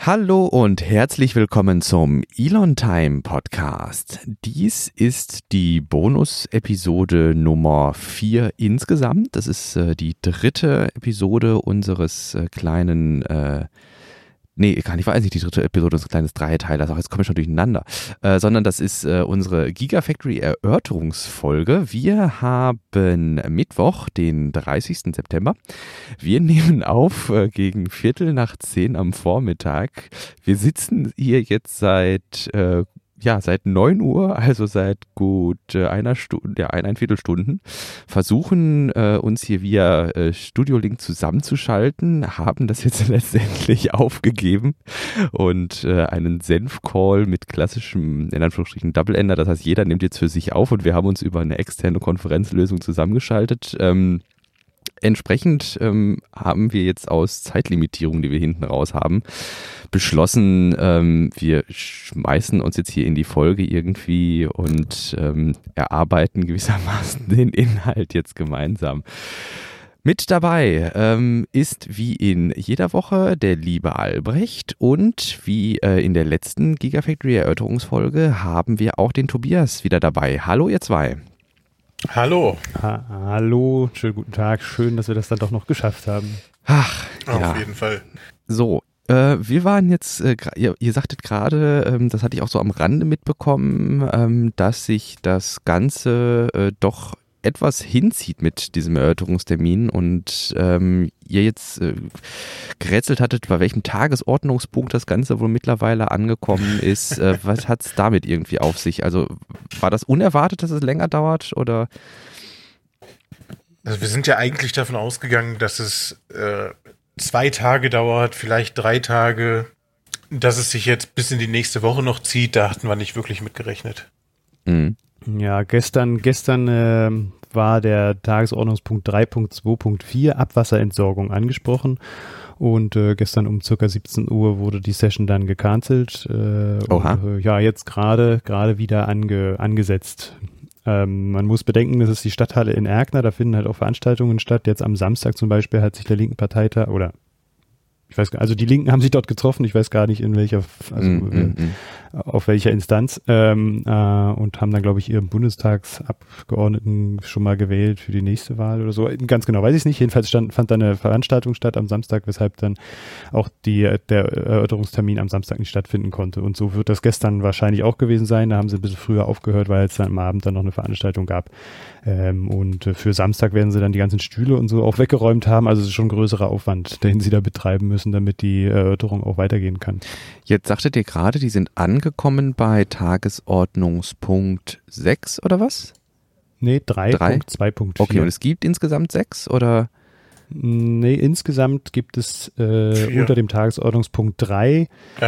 Hallo und herzlich willkommen zum Elon Time Podcast. Dies ist die Bonus-Episode Nummer 4 insgesamt. Das ist die dritte Episode unseres kleinen, ich weiß nicht, die dritte Episode unseres kleinen Dreiteilers, auch jetzt komme ich schon durcheinander, sondern das ist unsere Gigafactory Erörterungsfolge. Wir haben Mittwoch, den 30. September. Wir nehmen auf gegen 9:15 am Vormittag. Wir sitzen hier jetzt seit 9 Uhr, also seit gut einer Stunde, ein Viertelstunden, versuchen uns hier via Studio Link zusammenzuschalten, haben das jetzt letztendlich aufgegeben und einen Senf-Call mit klassischem, in Anführungsstrichen, Double-Ender, das heißt, jeder nimmt jetzt für sich auf und wir haben uns über eine externe Konferenzlösung zusammengeschaltet. Entsprechend haben wir jetzt aus Zeitlimitierungen, die wir hinten raus haben, beschlossen, wir schmeißen uns jetzt hier in die Folge irgendwie und erarbeiten gewissermaßen den Inhalt jetzt gemeinsam. Mit dabei ist wie in jeder Woche der liebe Albrecht und wie in der letzten Gigafactory Erörterungsfolge haben wir auch den Tobias wieder dabei. Hallo ihr zwei. Hallo. Hallo, schönen guten Tag. Schön, dass wir das dann doch noch geschafft haben. Ach, ja. Auf jeden Fall. So, wir waren jetzt, ihr sagtet gerade, das hatte ich auch so am Rande mitbekommen, dass sich das Ganze doch etwas hinzieht mit diesem Erörterungstermin und ihr jetzt gerätselt hattet, bei welchem Tagesordnungspunkt das Ganze wohl mittlerweile angekommen ist. Was hat es damit irgendwie auf sich? Also war das unerwartet, dass es länger dauert oder? Also wir sind ja eigentlich davon ausgegangen, dass es 2 Tage dauert, vielleicht 3 Tage. Dass es sich jetzt bis in die nächste Woche noch zieht, da hatten wir nicht wirklich mit gerechnet. Mhm. Ja, gestern war der Tagesordnungspunkt 3.2.4 Abwasserentsorgung angesprochen und gestern um circa 17 Uhr wurde die Session dann gecancelt. Jetzt gerade wieder angesetzt. Man muss bedenken, das ist die Stadthalle in Erkner, da finden halt auch Veranstaltungen statt. Jetzt am Samstag zum Beispiel hat sich der linken Parteitag die Linken haben sich dort getroffen, ich weiß gar nicht in welcher, auf welcher Instanz, und haben dann, glaube ich, ihren Bundestagsabgeordneten schon mal gewählt für die nächste Wahl oder so. Ganz genau weiß ich es nicht. Jedenfalls fand da eine Veranstaltung statt am Samstag, weshalb dann auch der Erörterungstermin am Samstag nicht stattfinden konnte. Und so wird das gestern wahrscheinlich auch gewesen sein. Da haben sie ein bisschen früher aufgehört, weil es dann am Abend dann noch eine Veranstaltung gab. Und für Samstag werden sie dann die ganzen Stühle und so auch weggeräumt haben. Also es ist schon ein größerer Aufwand, den sie da betreiben müssen, damit die Erörterung auch weitergehen kann. Jetzt sagtet ihr gerade, die sind angekommen bei Tagesordnungspunkt 6 oder was? Nee, 3.2.4. Okay, und es gibt insgesamt 6 oder? Nee, insgesamt gibt es unter dem Tagesordnungspunkt 3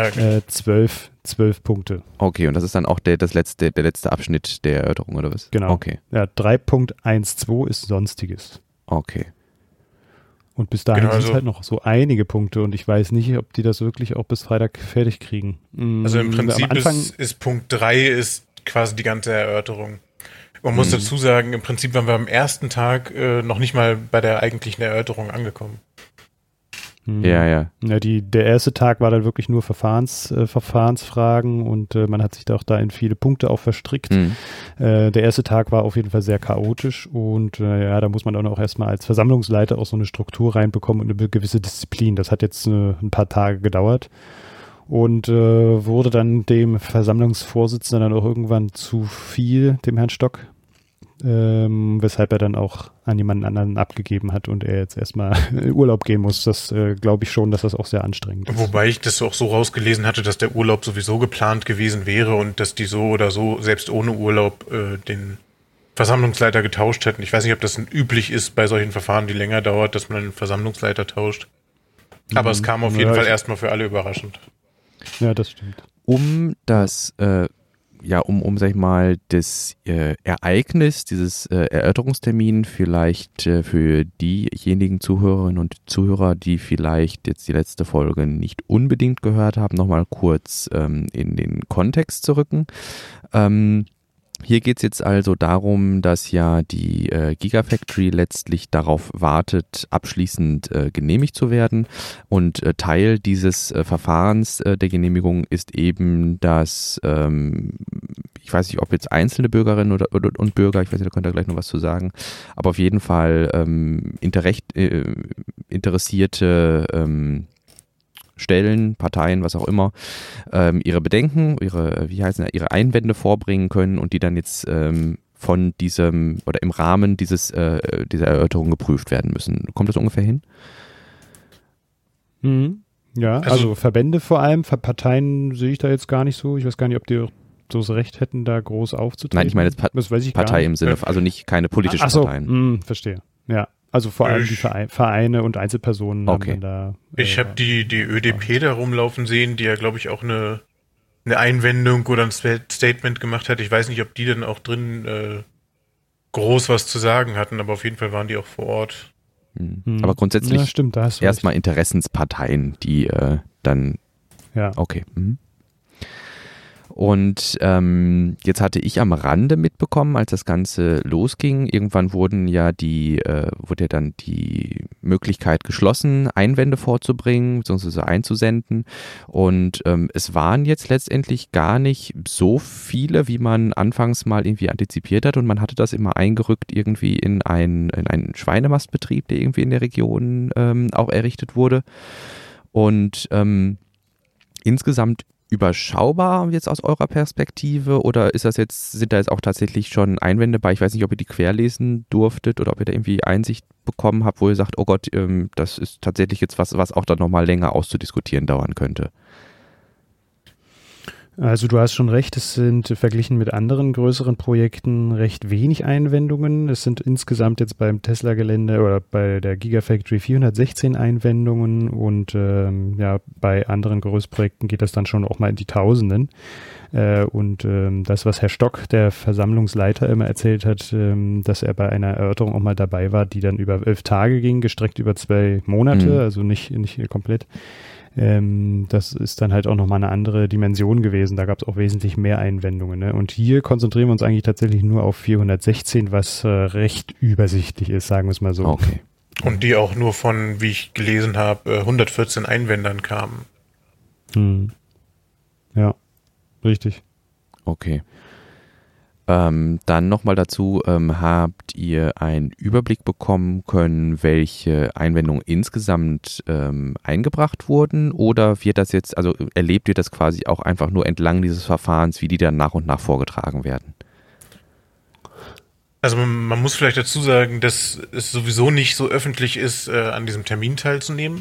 12 Punkte. Okay, und das ist dann auch der letzte Abschnitt der Erörterung oder was? Genau. Okay. Ja, 3.12 ist Sonstiges. Okay. Und bis dahin sind es halt noch so einige Punkte und ich weiß nicht, ob die das wirklich auch bis Freitag fertig kriegen. Also im Prinzip ist Punkt 3 ist quasi die ganze Erörterung. Man muss dazu sagen, im Prinzip waren wir am ersten Tag noch nicht mal bei der eigentlichen Erörterung angekommen. Ja. Der erste Tag war dann wirklich nur Verfahrensfragen und man hat sich da auch da in viele Punkte auch verstrickt. Der erste Tag war auf jeden Fall sehr chaotisch und da muss man dann auch erstmal als Versammlungsleiter auch so eine Struktur reinbekommen und eine gewisse Disziplin. Das hat jetzt ein paar Tage gedauert und wurde dann dem Versammlungsvorsitzenden dann auch irgendwann zu viel, dem Herrn Stock, weshalb er dann auch an jemanden anderen abgegeben hat und er jetzt erstmal in Urlaub gehen muss. Das glaube ich schon, dass das auch sehr anstrengend ist. Wobei ich das auch so rausgelesen hatte, dass der Urlaub sowieso geplant gewesen wäre und dass die so oder so, selbst ohne Urlaub, den Versammlungsleiter getauscht hätten. Ich weiß nicht, ob das üblich ist bei solchen Verfahren, die länger dauert, dass man einen Versammlungsleiter tauscht. Aber es kam auf jeden Fall erstmal für alle überraschend. Ja, das stimmt. Um das sag ich mal, das Ereignis, dieses Erörterungstermin vielleicht für diejenigen Zuhörerinnen und Zuhörer, die vielleicht jetzt die letzte Folge nicht unbedingt gehört haben, nochmal kurz in den Kontext zu rücken. Hier geht es jetzt also darum, dass ja die Gigafactory letztlich darauf wartet, abschließend genehmigt zu werden. Und Teil dieses Verfahrens der Genehmigung ist eben, dass, ich weiß nicht, ob jetzt einzelne Bürgerinnen und Bürger, ich weiß nicht, da könnt ihr gleich noch was zu sagen, aber auf jeden Fall interessierte Stellen, Parteien, was auch immer, ihre Bedenken, ihre Einwände vorbringen können und die dann jetzt von diesem oder im Rahmen dieser Erörterung geprüft werden müssen. Kommt das ungefähr hin? Mhm. Ja, also Verbände vor allem, Parteien sehe ich da jetzt gar nicht so. Ich weiß gar nicht, ob die so das Recht hätten, da groß aufzutreten. Nein, ich meine jetzt Partei im Sinne, also nicht keine politischen Parteien. Verstehe. Ja. Also vor allem die Vereine und Einzelpersonen haben dann da. Ich habe die ÖDP da rumlaufen sehen, die ja, glaube ich, auch eine Einwendung oder ein Statement gemacht hat. Ich weiß nicht, ob die dann auch drin groß was zu sagen hatten, aber auf jeden Fall waren die auch vor Ort. Aber grundsätzlich ja, stimmt, erstmal Interessensparteien, die dann. Ja. Okay. Und jetzt hatte ich am Rande mitbekommen, als das Ganze losging, irgendwann wurde ja dann die Möglichkeit geschlossen, Einwände vorzubringen bzw. einzusenden. Und es waren jetzt letztendlich gar nicht so viele, wie man anfangs mal irgendwie antizipiert hat. Und man hatte das immer eingerückt irgendwie in einen Schweinemastbetrieb, der irgendwie in der Region auch errichtet wurde. Und insgesamt überschaubar jetzt aus eurer Perspektive oder sind da jetzt auch tatsächlich schon Einwände bei? Ich weiß nicht, ob ihr die querlesen durftet oder ob ihr da irgendwie Einsicht bekommen habt, wo ihr sagt, oh Gott, das ist tatsächlich jetzt was auch dann nochmal länger auszudiskutieren dauern könnte. Also du hast schon recht, es sind verglichen mit anderen größeren Projekten recht wenig Einwendungen. Es sind insgesamt jetzt beim Tesla-Gelände oder bei der Gigafactory 416 Einwendungen und bei anderen Großprojekten geht das dann schon auch mal in die Tausenden. Und das, was Herr Stock, der Versammlungsleiter, immer erzählt hat, dass er bei einer Erörterung auch mal dabei war, die dann über 11 Tage ging, gestreckt über 2 Monate, also nicht komplett. Das ist dann halt auch nochmal eine andere Dimension gewesen. Da gab es auch wesentlich mehr Einwendungen. Ne? Und hier konzentrieren wir uns eigentlich tatsächlich nur auf 416, was recht übersichtlich ist, sagen wir es mal so. Okay. Und die auch nur von, wie ich gelesen habe, 114 Einwändern kamen. Ja, richtig. Okay. Dann nochmal dazu, habt ihr einen Überblick bekommen können, welche Einwendungen insgesamt eingebracht wurden oder wird das jetzt, also erlebt ihr das quasi auch einfach nur entlang dieses Verfahrens, wie die dann nach und nach vorgetragen werden? Also man muss vielleicht dazu sagen, dass es sowieso nicht so öffentlich ist, an diesem Termin teilzunehmen.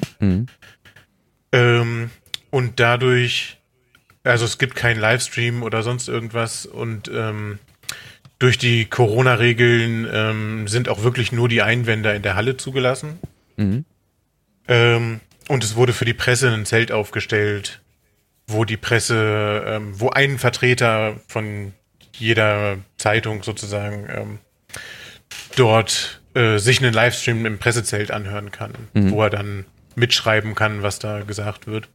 Und dadurch, also es gibt keinen Livestream oder sonst irgendwas und durch die Corona-Regeln sind auch wirklich nur die Einwände in der Halle zugelassen. Und es wurde für die Presse ein Zelt aufgestellt, wo die Presse, wo ein Vertreter von jeder Zeitung sozusagen dort sich einen Livestream im Pressezelt anhören kann, wo er dann mitschreiben kann, was da gesagt wird.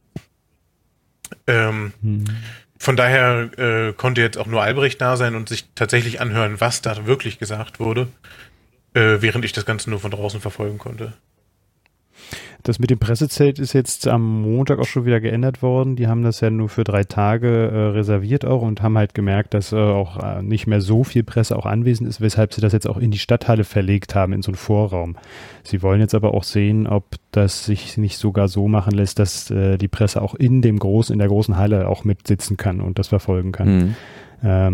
Von daher konnte jetzt auch nur Albrecht da sein und sich tatsächlich anhören, was da wirklich gesagt wurde, während ich das Ganze nur von draußen verfolgen konnte. Das mit dem Pressezelt ist jetzt am Montag auch schon wieder geändert worden. Die haben das ja nur für 3 Tage reserviert auch und haben halt gemerkt, dass auch nicht mehr so viel Presse auch anwesend ist, weshalb sie das jetzt auch in die Stadthalle verlegt haben, in so einen Vorraum. Sie wollen jetzt aber auch sehen, ob das sich nicht sogar so machen lässt, dass die Presse auch in der großen Halle auch mitsitzen kann und das verfolgen kann. Was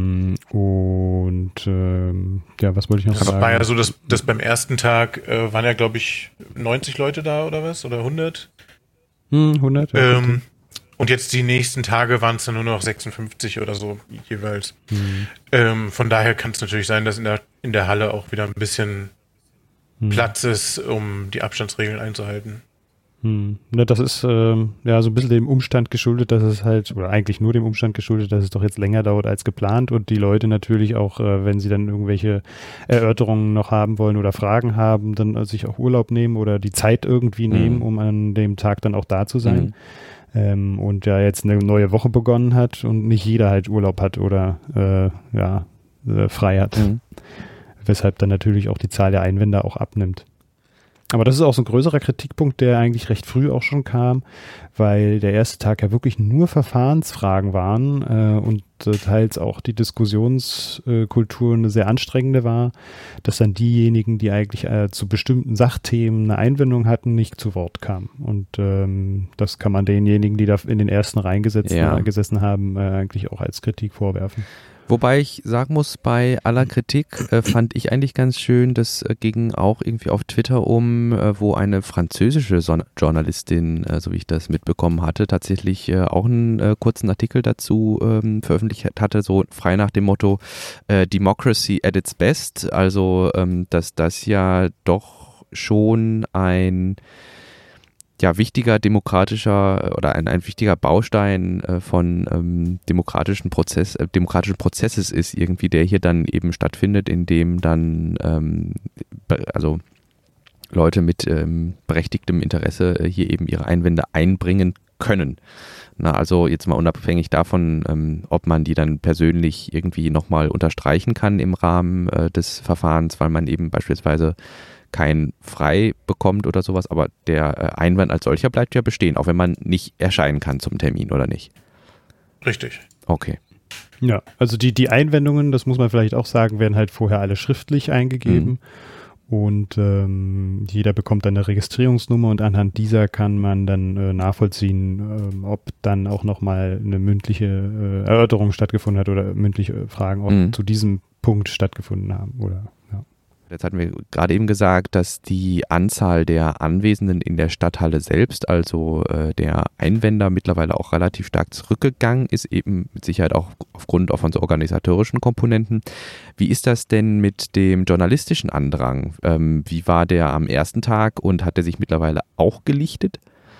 wollte ich noch sagen? Das war ja so, dass beim ersten Tag waren ja, glaube ich, 90 Leute da oder was? Oder 100? 100, ja. Und jetzt die nächsten Tage waren es dann nur noch 56 oder so jeweils. Von daher kann es natürlich sein, dass in der Halle auch wieder ein bisschen Platz ist, um die Abstandsregeln einzuhalten. Das ist so ein bisschen dem Umstand geschuldet, dass es halt, oder eigentlich nur dem Umstand geschuldet, dass es doch jetzt länger dauert als geplant und die Leute natürlich auch, wenn sie dann irgendwelche Erörterungen noch haben wollen oder Fragen haben, dann sich auch Urlaub nehmen oder die Zeit irgendwie nehmen, um an dem Tag dann auch da zu sein. Und ja jetzt eine neue Woche begonnen hat und nicht jeder halt Urlaub hat oder frei hat. Weshalb dann natürlich auch die Zahl der Einwände auch abnimmt. Aber das ist auch so ein größerer Kritikpunkt, der eigentlich recht früh auch schon kam, weil der erste Tag ja wirklich nur Verfahrensfragen waren und teils auch die Diskussionskultur eine sehr anstrengende war, dass dann diejenigen, die eigentlich zu bestimmten Sachthemen eine Einwendung hatten, nicht zu Wort kamen. Und das kann man denjenigen, die da in den ersten Reihen gesessen haben, eigentlich auch als Kritik vorwerfen. Wobei ich sagen muss, bei aller Kritik fand ich eigentlich ganz schön, das ging auch irgendwie auf Twitter wo eine französische Journalistin, so wie ich das mitbekommen hatte, tatsächlich auch einen kurzen Artikel dazu veröffentlicht hatte, so frei nach dem Motto Democracy at its best, also dass das ja doch schon ein wichtiger demokratischer oder ein wichtiger Baustein von demokratischen Prozesses ist irgendwie, der hier dann eben stattfindet, in dem dann also Leute mit berechtigtem Interesse hier eben ihre Einwände einbringen können. Na, also jetzt mal unabhängig davon, ob man die dann persönlich irgendwie nochmal unterstreichen kann im Rahmen des Verfahrens, weil man eben beispielsweise kein Frei bekommt oder sowas, aber der Einwand als solcher bleibt ja bestehen, auch wenn man nicht erscheinen kann zum Termin, oder nicht? Richtig. Okay. Ja, also die Einwendungen, das muss man vielleicht auch sagen, werden halt vorher alle schriftlich eingegeben und jeder bekommt dann eine Registrierungsnummer und anhand dieser kann man dann nachvollziehen, ob dann auch nochmal eine mündliche Erörterung stattgefunden hat oder mündliche Fragen auch zu diesem Punkt stattgefunden haben, oder ja. Jetzt hatten wir gerade eben gesagt, dass die Anzahl der Anwesenden in der Stadthalle selbst, also der Einwender, mittlerweile auch relativ stark zurückgegangen ist, eben mit Sicherheit auch aufgrund von so organisatorischen Komponenten. Wie ist das denn mit dem journalistischen Andrang? Wie war der am ersten Tag und hat der sich mittlerweile auch gelichtet?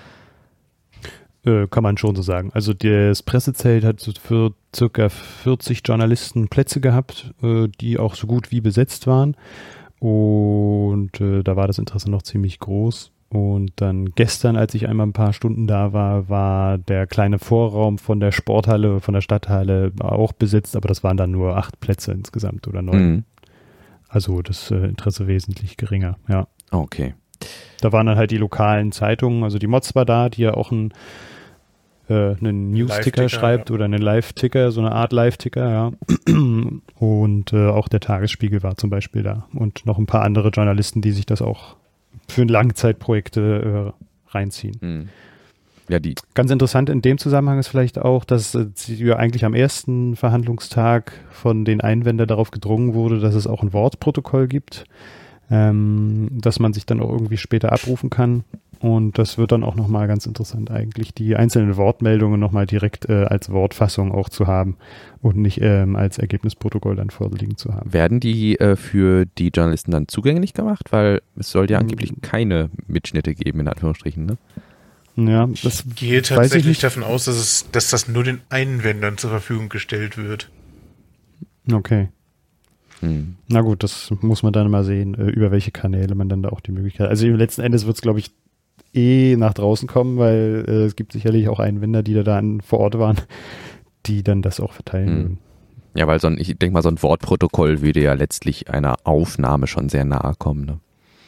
Kann man schon so sagen. Also das Pressezelt hat für circa 40 Journalisten Plätze gehabt, die auch so gut wie besetzt waren. Und da war das Interesse noch ziemlich groß. Und dann gestern, als ich einmal ein paar Stunden da war, war der kleine Vorraum von der Sporthalle, von der Stadthalle auch besetzt, aber das waren dann nur 8 Plätze insgesamt oder 9. Also das Interesse wesentlich geringer, ja. Okay. Da waren dann halt die lokalen Zeitungen, also die Mods war da, die ja auch einen News-Ticker schreibt, oder einen Live-Ticker, so eine Art Live-Ticker, ja. Und auch der Tagesspiegel war zum Beispiel da. Und noch ein paar andere Journalisten, die sich das auch für Langzeitprojekte reinziehen. Ja, Ganz interessant in dem Zusammenhang ist vielleicht auch, dass ja eigentlich am ersten Verhandlungstag von den Einwändern darauf gedrungen wurde, dass es auch ein Wortprotokoll gibt, dass man sich dann auch irgendwie später abrufen kann. Und das wird dann auch nochmal ganz interessant eigentlich, die einzelnen Wortmeldungen nochmal direkt als Wortfassung auch zu haben und nicht als Ergebnisprotokoll dann vorliegen zu haben. Werden die für die Journalisten dann zugänglich gemacht? Weil es soll ja angeblich keine Mitschnitte geben, in Anführungsstrichen, ne? Ja, ich gehe tatsächlich davon aus, dass das nur den Einwändern zur Verfügung gestellt wird. Okay. Na gut, das muss man dann mal sehen, über welche Kanäle man dann da auch die Möglichkeit hat. Also letzten Endes wird es, glaube ich, nach draußen kommen, weil es gibt sicherlich auch Einwender, die da vor Ort waren, die dann das auch verteilen würden. Ja, weil ich denke mal, so ein Wortprotokoll würde ja letztlich einer Aufnahme schon sehr nahe kommen, ne?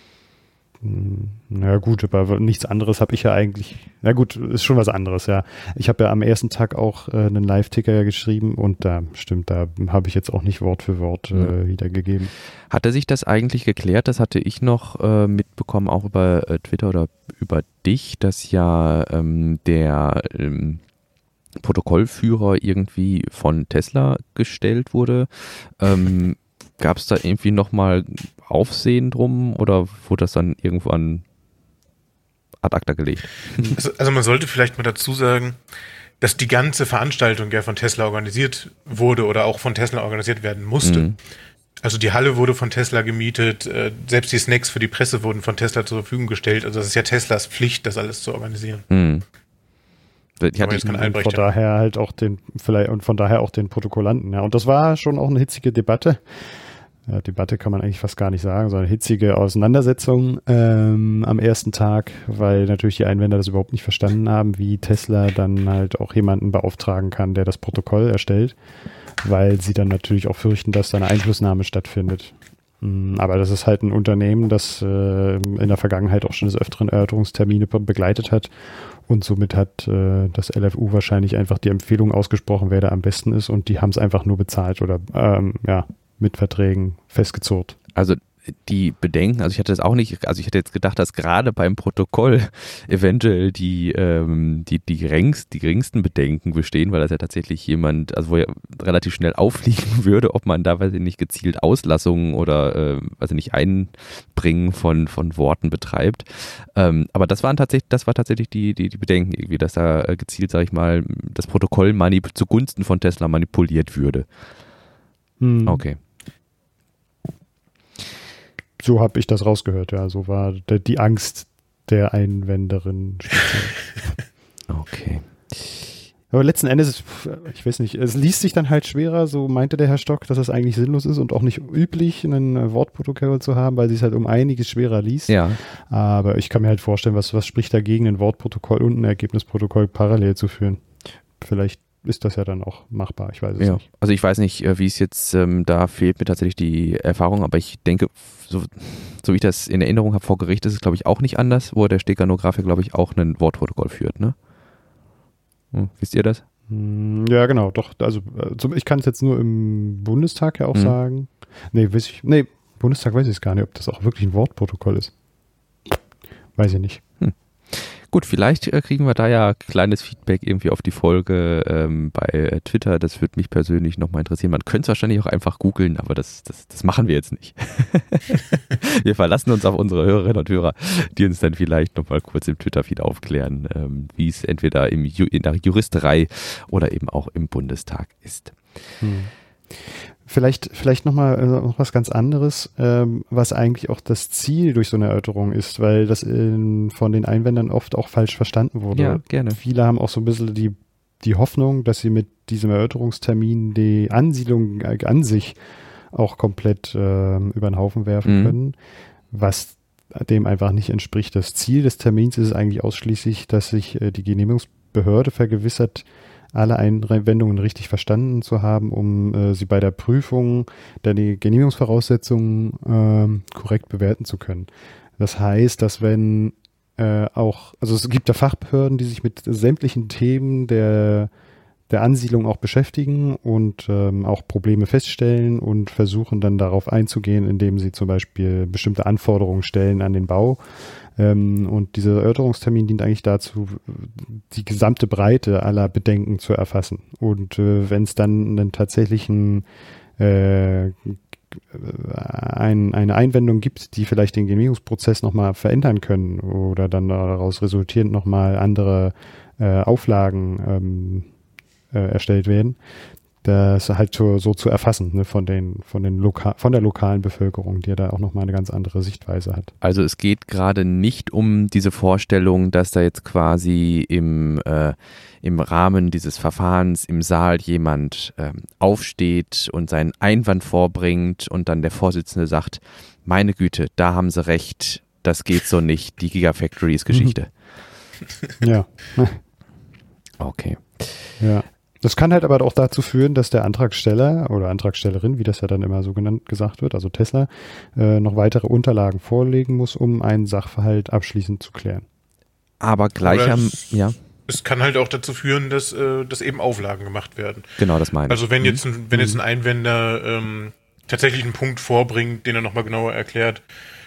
Na gut, aber nichts anderes habe ich ja eigentlich. Na gut, ist schon was anderes, ja. Ich habe ja am ersten Tag auch einen Live-Ticker geschrieben und da habe ich jetzt auch nicht Wort für Wort wiedergegeben. Hatte sich das eigentlich geklärt? Das hatte ich noch mitbekommen, auch über Twitter oder über dich, dass ja der Protokollführer irgendwie von Tesla gestellt wurde. Gab es da irgendwie nochmal Aufsehen drum oder wurde das dann irgendwann ad acta gelegt? Also man sollte vielleicht mal dazu sagen, dass die ganze Veranstaltung ja von Tesla organisiert wurde oder auch von Tesla organisiert werden musste. Also die Halle wurde von Tesla gemietet, selbst die Snacks für die Presse wurden von Tesla zur Verfügung gestellt. Also das ist ja Teslas Pflicht, das alles zu organisieren. Von daher halt auch von daher auch den Protokollanten, ja. Und das war schon auch eine hitzige Debatte. Debatte kann man eigentlich fast gar nicht sagen, sondern hitzige Auseinandersetzung am ersten Tag, weil natürlich die Einwender das überhaupt nicht verstanden haben, wie Tesla dann halt auch jemanden beauftragen kann, der das Protokoll erstellt, weil sie dann natürlich auch fürchten, dass da eine Einflussnahme stattfindet. Aber das ist halt ein Unternehmen, das in der Vergangenheit auch schon des Öfteren Erörterungstermine begleitet hat und somit hat das LFU wahrscheinlich einfach die Empfehlung ausgesprochen, wer da am besten ist, und die haben es einfach nur bezahlt oder mit Verträgen festgezurrt. Also die Bedenken, also ich hatte jetzt gedacht, dass gerade beim Protokoll eventuell die geringsten Bedenken bestehen, weil das ja tatsächlich jemand, also wo ja relativ schnell auffliegen würde, ob man da, weiß ich nicht, gezielt Auslassungen oder, Einbringen von Worten betreibt. Aber das war tatsächlich die Bedenken irgendwie, dass da gezielt, sag ich mal, das Protokoll zugunsten von Tesla manipuliert würde. Okay. So habe ich das rausgehört, ja. So war die Angst der Einwenderin. Okay. Aber letzten Endes, ich weiß nicht, es liest sich dann halt schwerer, so meinte der Herr Stock, dass es eigentlich sinnlos ist und auch nicht üblich, ein Wortprotokoll zu haben, weil es sich halt um einiges schwerer liest. Ja. Aber ich kann mir halt vorstellen, was spricht dagegen, ein Wortprotokoll und ein Ergebnisprotokoll parallel zu führen. Vielleicht ist das ja dann auch machbar, ich weiß es nicht. Also ich weiß nicht, wie es jetzt, da fehlt mir tatsächlich die Erfahrung, aber ich denke, so wie ich das in Erinnerung habe, vor Gericht ist es, glaube ich, auch nicht anders, wo der Steganograph ja, glaube ich, auch ein Wortprotokoll führt, ne? Wisst ihr das? Ja, genau, doch. Also ich kann es jetzt nur im Bundestag ja auch sagen. Bundestag weiß ich es gar nicht, ob das auch wirklich ein Wortprotokoll ist. Weiß ich nicht. Gut, vielleicht kriegen wir da ja kleines Feedback irgendwie auf die Folge bei Twitter. Das würde mich persönlich nochmal interessieren. Man könnte es wahrscheinlich auch einfach googeln, aber das machen wir jetzt nicht. Wir verlassen uns auf unsere Hörerinnen und Hörer, die uns dann vielleicht nochmal kurz im Twitter-Feed aufklären, wie es entweder in der Juristerei oder eben auch im Bundestag ist. Vielleicht nochmal noch was ganz anderes, was eigentlich auch das Ziel durch so eine Erörterung ist, weil das von den Einwendern oft auch falsch verstanden wurde. Ja, gerne. Viele haben auch so ein bisschen die Hoffnung, dass sie mit diesem Erörterungstermin die Ansiedlung an sich auch komplett über den Haufen werfen können, was dem einfach nicht entspricht. Das Ziel des Termins ist es eigentlich ausschließlich, dass sich die Genehmigungsbehörde vergewissert, alle Einwendungen richtig verstanden zu haben, um sie bei der Prüfung der Genehmigungsvoraussetzungen korrekt bewerten zu können. Das heißt, dass wenn also es gibt ja Fachbehörden, die sich mit sämtlichen Themen der Ansiedlung auch beschäftigen und auch Probleme feststellen und versuchen dann darauf einzugehen, indem sie zum Beispiel bestimmte Anforderungen stellen an den Bau. Und dieser Erörterungstermin dient eigentlich dazu, die gesamte Breite aller Bedenken zu erfassen. Und wenn es dann einen tatsächlichen eine Einwendung gibt, die vielleicht den Genehmigungsprozess nochmal verändern können oder dann daraus resultierend nochmal andere Auflagen erstellt werden, das halt so zu erfassen, ne, von der lokalen Bevölkerung, die ja da auch nochmal eine ganz andere Sichtweise hat. Also es geht gerade nicht um diese Vorstellung, dass da jetzt quasi im Rahmen dieses Verfahrens im Saal jemand aufsteht und seinen Einwand vorbringt und dann der Vorsitzende sagt, meine Güte, da haben sie recht, das geht so nicht, die Gigafactory ist Geschichte. Ja. Okay. Ja. Das kann halt aber auch dazu führen, dass der Antragsteller oder Antragstellerin, wie das ja dann immer so gesagt wird, also Tesla, noch weitere Unterlagen vorlegen muss, um einen Sachverhalt abschließend zu klären. Aber gleich es kann halt auch dazu führen, dass eben Auflagen gemacht werden. Genau, das meine ich. Also wenn jetzt ein Einwender tatsächlich einen Punkt vorbringt, den er nochmal genauer erklärt,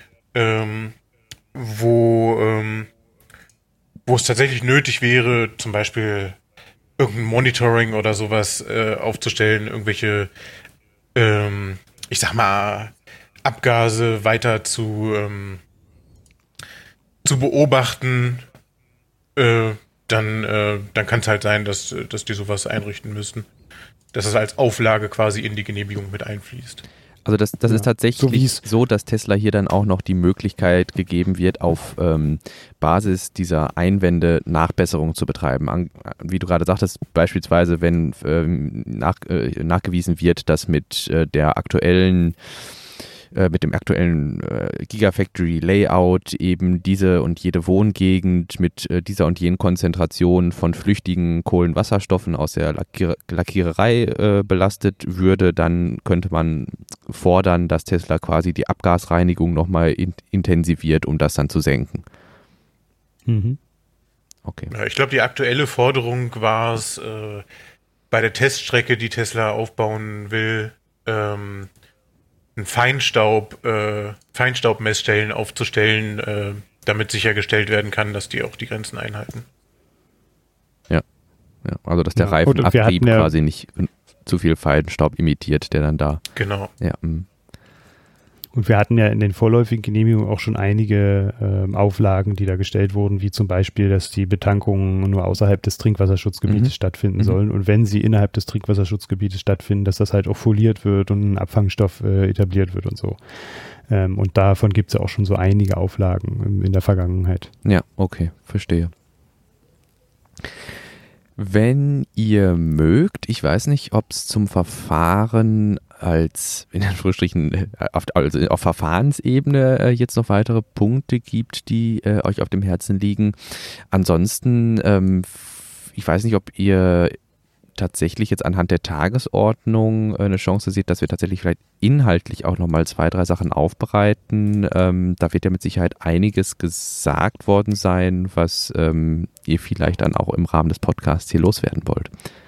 wo es tatsächlich nötig wäre, zum Beispiel irgendein Monitoring oder sowas aufzustellen, irgendwelche, ich sag mal, Abgase weiter zu beobachten, dann kann es halt sein, dass die sowas einrichten müssen. Dass es als Auflage quasi in die Genehmigung mit einfließt. Also das ist tatsächlich so, dass Tesla hier dann auch noch die Möglichkeit gegeben wird, auf Basis dieser Einwände Nachbesserungen zu betreiben. Wie du gerade sagtest, beispielsweise, wenn nachgewiesen wird, dass mit der aktuellen mit dem aktuellen Gigafactory-Layout eben diese und jede Wohngegend mit dieser und jenen Konzentration von flüchtigen Kohlenwasserstoffen aus der Lackiererei belastet würde, dann könnte man fordern, dass Tesla quasi die Abgasreinigung nochmal intensiviert, um das dann zu senken. Mhm. Okay. Ja, ich glaube, die aktuelle Forderung war es, bei der Teststrecke, die Tesla aufbauen will, Feinstaubmessstellen aufzustellen, damit sichergestellt werden kann, dass die auch die Grenzen einhalten. Ja, also dass der Reifenabtrieb quasi nicht zu viel Feinstaub imitiert, der dann da. Genau. Ja. Und wir hatten ja in den vorläufigen Genehmigungen auch schon einige Auflagen, die da gestellt wurden, wie zum Beispiel, dass die Betankungen nur außerhalb des Trinkwasserschutzgebietes stattfinden sollen. Und wenn sie innerhalb des Trinkwasserschutzgebietes stattfinden, dass das halt auch foliert wird und ein Abfangstoff etabliert wird und so. Und davon gibt es ja auch schon so einige Auflagen in der Vergangenheit. Ja, okay, verstehe. Wenn ihr mögt, ich weiß nicht, ob es zum Verfahren als, in Anführungsstrichen, auf Verfahrensebene jetzt noch weitere Punkte gibt, die euch auf dem Herzen liegen. Ansonsten, ich weiß nicht, ob ihr tatsächlich jetzt anhand der Tagesordnung eine Chance seht, dass wir tatsächlich vielleicht inhaltlich auch nochmal 2, 3 Sachen aufbereiten. Da wird ja mit Sicherheit einiges gesagt worden sein, was ihr vielleicht dann auch im Rahmen des Podcasts hier loswerden wollt.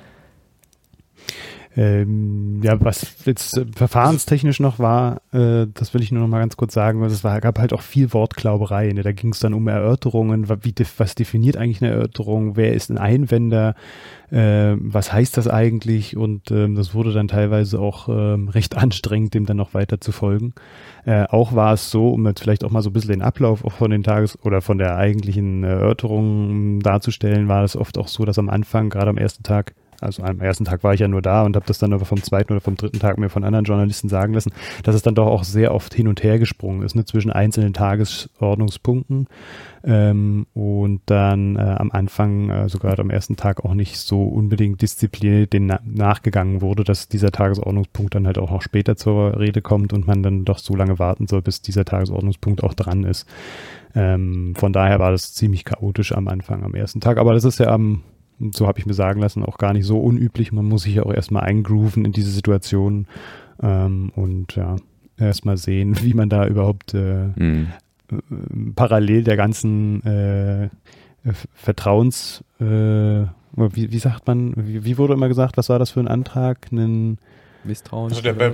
Was jetzt verfahrenstechnisch noch war, das will ich nur noch mal ganz kurz sagen, weil gab halt auch viel Wortklauberei. Ne? Da ging es dann um Erörterungen, was definiert eigentlich eine Erörterung, wer ist ein Einwender, was heißt das eigentlich, und das wurde dann teilweise auch recht anstrengend, dem dann noch weiter zu folgen. Auch war es so, um jetzt vielleicht auch mal so ein bisschen den Ablauf auch von den oder von der eigentlichen Erörterung darzustellen, war es oft auch so, dass am Anfang, gerade am ersten Tag war ich ja nur da und habe das dann aber vom zweiten oder vom dritten Tag mir von anderen Journalisten sagen lassen, dass es dann doch auch sehr oft hin und her gesprungen ist, ne, zwischen einzelnen Tagesordnungspunkten und dann am Anfang, sogar am ersten Tag, auch nicht so unbedingt diszipliniert dem nachgegangen wurde, dass dieser Tagesordnungspunkt dann halt auch noch später zur Rede kommt und man dann doch so lange warten soll, bis dieser Tagesordnungspunkt auch dran ist. Von daher war das ziemlich chaotisch am Anfang, am ersten Tag, aber das ist ja so habe ich mir sagen lassen, auch gar nicht so unüblich. Man muss sich ja auch erstmal eingrooven in diese Situation und ja, erstmal sehen, wie man da überhaupt parallel der ganzen Vertrauens, wie sagt man, wie wurde immer gesagt, was war das für ein Antrag? Misstrauen. Also der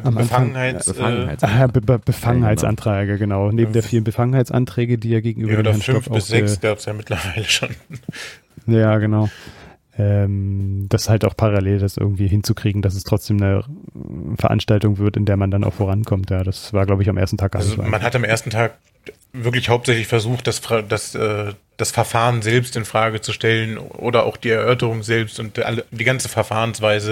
Befangenheitsanträge, genau. Neben der vielen Befangenheitsanträge, die ja gegenüber dem Herrn 5 bis 6 gab es ja mittlerweile schon. Ja, genau. Das halt auch parallel das irgendwie hinzukriegen, dass es trotzdem eine Veranstaltung wird, in der man dann auch vorankommt. Ja, das war, glaube ich, am ersten Tag gar nicht so. Man hat am ersten Tag wirklich hauptsächlich versucht, das Verfahren selbst in Frage zu stellen oder auch die Erörterung selbst und die ganze Verfahrensweise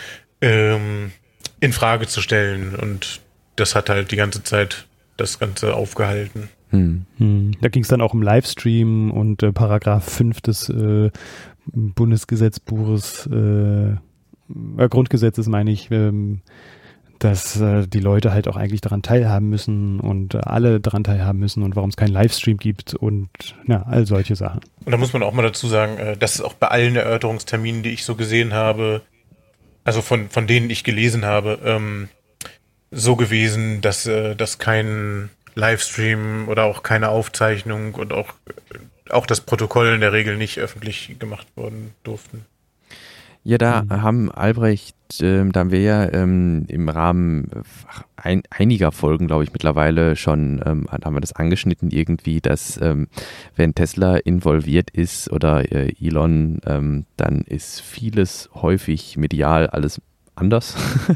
in Frage zu stellen. Und das hat halt die ganze Zeit das Ganze aufgehalten. Da ging es dann auch um Livestream und Paragraph 5 des Bundesgesetzbuches, Grundgesetzes meine ich, dass die Leute halt auch eigentlich daran teilhaben müssen und alle daran teilhaben müssen und warum es keinen Livestream gibt und ja, all solche Sachen. Und da muss man auch mal dazu sagen, das ist auch bei allen Erörterungsterminen, die ich so gesehen habe, also von denen ich gelesen habe, so gewesen, dass kein Livestream oder auch keine Aufzeichnung und auch das Protokoll in der Regel nicht öffentlich gemacht worden durften. Ja, da haben Albrecht, da haben wir ja im Rahmen einiger Folgen, glaube ich, mittlerweile schon, haben wir das angeschnitten irgendwie, dass wenn Tesla involviert ist oder Elon, dann ist vieles häufig medial alles anders.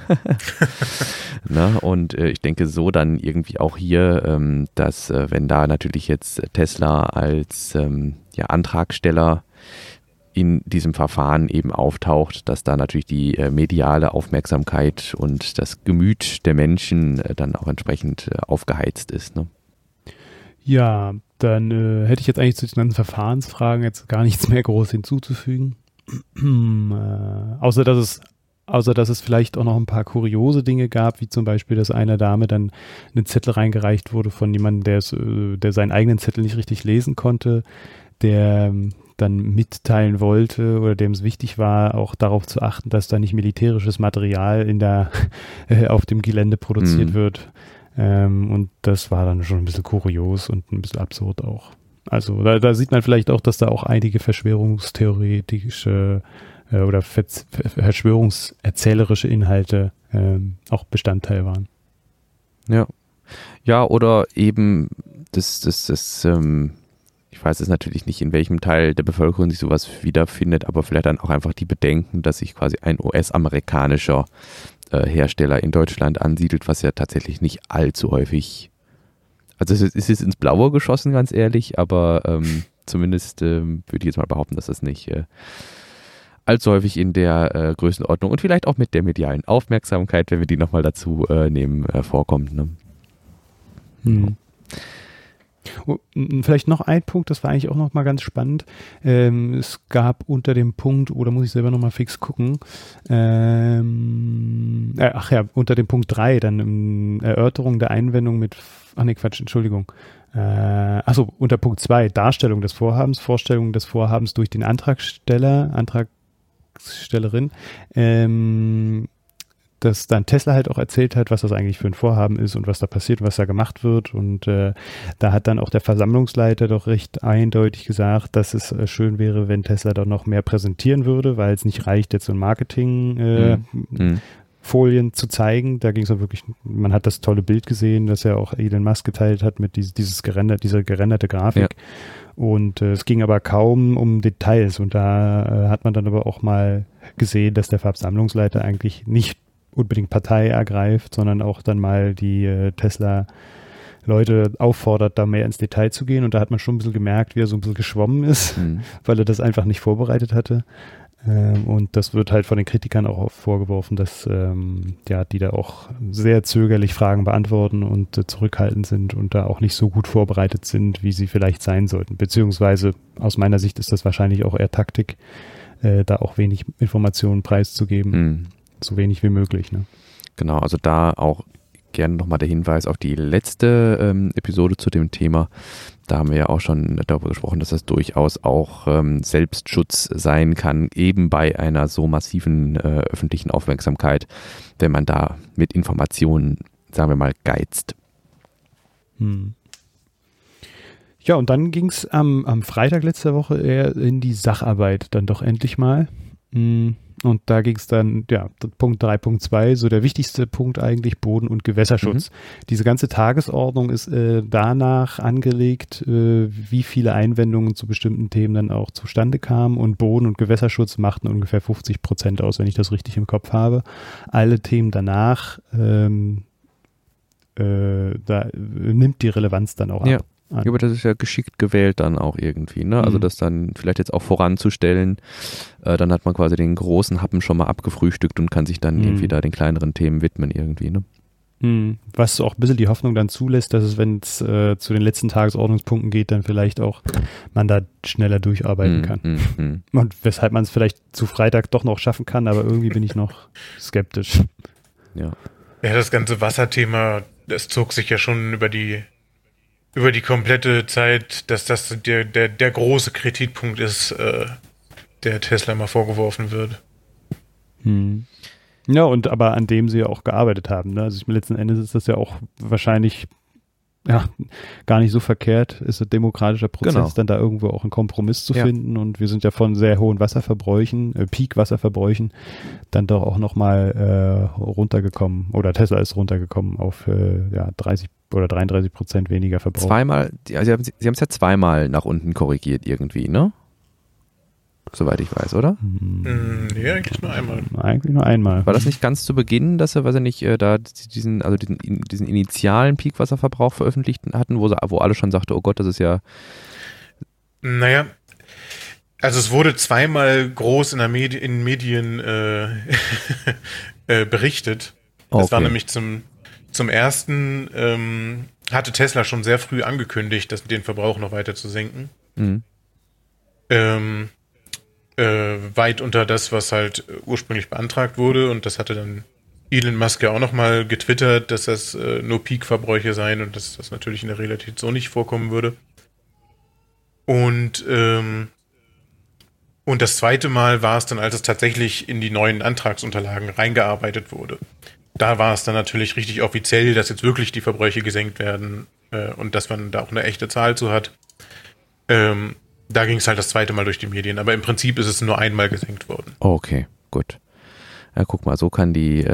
Na, und ich denke so dann irgendwie auch hier, dass wenn da natürlich jetzt Tesla als Antragsteller in diesem Verfahren eben auftaucht, dass da natürlich die mediale Aufmerksamkeit und das Gemüt der Menschen dann auch entsprechend aufgeheizt ist. Ne? Ja, dann hätte ich jetzt eigentlich zu den ganzen Verfahrensfragen jetzt gar nichts mehr groß hinzuzufügen. Außer, dass es außer dass es vielleicht auch noch ein paar kuriose Dinge gab, wie zum Beispiel, dass einer Dame dann einen Zettel reingereicht wurde von jemandem, der seinen eigenen Zettel nicht richtig lesen konnte, der dann mitteilen wollte oder dem es wichtig war, auch darauf zu achten, dass da nicht militärisches Material auf dem Gelände produziert wird. Und das war dann schon ein bisschen kurios und ein bisschen absurd auch. Also da sieht man vielleicht auch, dass da auch einige verschwörungstheoretische oder verschwörungserzählerische Inhalte auch Bestandteil waren. Ja. Ja, oder eben das ich weiß jetzt natürlich nicht, in welchem Teil der Bevölkerung sich sowas wiederfindet, aber vielleicht dann auch einfach die Bedenken, dass sich quasi ein US-amerikanischer Hersteller in Deutschland ansiedelt, was ja tatsächlich nicht allzu häufig, also es ist jetzt ins Blaue geschossen, ganz ehrlich, aber zumindest würde ich jetzt mal behaupten, dass das nicht allzu häufig in der Größenordnung und vielleicht auch mit der medialen Aufmerksamkeit, wenn wir die nochmal dazu nehmen, vorkommt. Ne? Vielleicht noch ein Punkt, das war eigentlich auch noch mal ganz spannend. Es gab unter dem Punkt, oder muss ich selber noch mal fix gucken, unter dem Punkt 3 dann Erörterung der Einwendung mit, unter Punkt 2, Darstellung des Vorhabens, Vorstellung des Vorhabens durch den Antragstellerin, dass dann Tesla halt auch erzählt hat, was das eigentlich für ein Vorhaben ist und was da passiert, was da gemacht wird. Und da hat dann auch der Versammlungsleiter doch recht eindeutig gesagt, dass es schön wäre, wenn Tesla doch noch mehr präsentieren würde, weil es nicht reicht, jetzt so ein Marketing-Folien zu zeigen. Da ging es auch wirklich, man hat das tolle Bild gesehen, das ja auch Elon Musk geteilt hat mit diese gerenderte Grafik. Ja. Und es ging aber kaum um Details. Und da hat man dann aber auch mal gesehen, dass der Versammlungsleiter eigentlich nicht unbedingt Partei ergreift, sondern auch dann mal die Tesla-Leute auffordert, da mehr ins Detail zu gehen. Und da hat man schon ein bisschen gemerkt, wie er so ein bisschen geschwommen ist, weil er das einfach nicht vorbereitet hatte. Und das wird halt von den Kritikern auch oft vorgeworfen, dass die da auch sehr zögerlich Fragen beantworten und zurückhaltend sind und da auch nicht so gut vorbereitet sind, wie sie vielleicht sein sollten. Beziehungsweise aus meiner Sicht ist das wahrscheinlich auch eher Taktik, da auch wenig Informationen preiszugeben. So wenig wie möglich. Ne? Genau, also da auch gerne nochmal der Hinweis auf die letzte Episode zu dem Thema. Da haben wir ja auch schon darüber gesprochen, dass das durchaus auch Selbstschutz sein kann, eben bei einer so massiven öffentlichen Aufmerksamkeit, wenn man da mit Informationen, sagen wir mal, geizt. Ja, und dann ging es am Freitag letzter Woche eher in die Sacharbeit dann doch endlich mal. Und da ging es dann, Punkt 3.2, so der wichtigste Punkt eigentlich, Boden- und Gewässerschutz. Diese ganze Tagesordnung ist danach angelegt, wie viele Einwendungen zu bestimmten Themen dann auch zustande kamen. Und Boden- und Gewässerschutz machten ungefähr 50% aus, wenn ich das richtig im Kopf habe. Alle Themen danach, da nimmt die Relevanz dann auch ab. Ja, aber das ist ja geschickt gewählt dann auch irgendwie, ne? Also das dann vielleicht jetzt auch voranzustellen, dann hat man quasi den großen Happen schon mal abgefrühstückt und kann sich dann irgendwie da den kleineren Themen widmen irgendwie, ne? Was auch ein bisschen die Hoffnung dann zulässt, dass es, wenn es zu den letzten Tagesordnungspunkten geht, dann vielleicht auch man da schneller durcharbeiten kann. Und weshalb man es vielleicht zu Freitag doch noch schaffen kann, aber irgendwie bin ich noch skeptisch. Ja, das ganze Wasserthema, das zog sich ja schon über die komplette Zeit, dass das der große Kritikpunkt ist, der Tesla mal vorgeworfen wird. Ja, und aber an dem sie ja auch gearbeitet haben. Ne? Also letzten Endes ist das ja auch wahrscheinlich gar nicht so verkehrt. Ist ein demokratischer Prozess, dann da irgendwo auch einen Kompromiss zu finden. Und wir sind ja von sehr hohen Wasserverbräuchen, Peak-Wasserverbräuchen, dann doch auch nochmal runtergekommen. Oder Tesla ist runtergekommen auf 30 oder 33% weniger Verbrauch. Zweimal, Sie haben es ja zweimal nach unten korrigiert irgendwie, ne? Soweit ich weiß, oder? Nee, eigentlich nur einmal. Eigentlich nur einmal. War das nicht ganz zu Beginn, dass er, weiß ich nicht, da diesen initialen Peakwasserverbrauch veröffentlicht hatten, wo alle schon sagte, oh Gott, das ist ja... Naja, also es wurde zweimal groß in Medien berichtet. Das war nämlich zum ersten hatte Tesla schon sehr früh angekündigt, den Verbrauch noch weiter zu senken. weit unter das, was halt ursprünglich beantragt wurde. Und das hatte dann Elon Musk ja auch nochmal getwittert, dass das nur Peak-Verbräuche seien und dass das natürlich in der Realität so nicht vorkommen würde. Und das zweite Mal war es dann, als es tatsächlich in die neuen Antragsunterlagen reingearbeitet wurde. Da war es dann natürlich richtig offiziell, dass jetzt wirklich die Verbräuche gesenkt werden und dass man da auch eine echte Zahl zu hat. Da ging es halt das zweite Mal durch die Medien, aber im Prinzip ist es nur einmal gesenkt worden. Okay, gut. Ja, guck mal, so kann die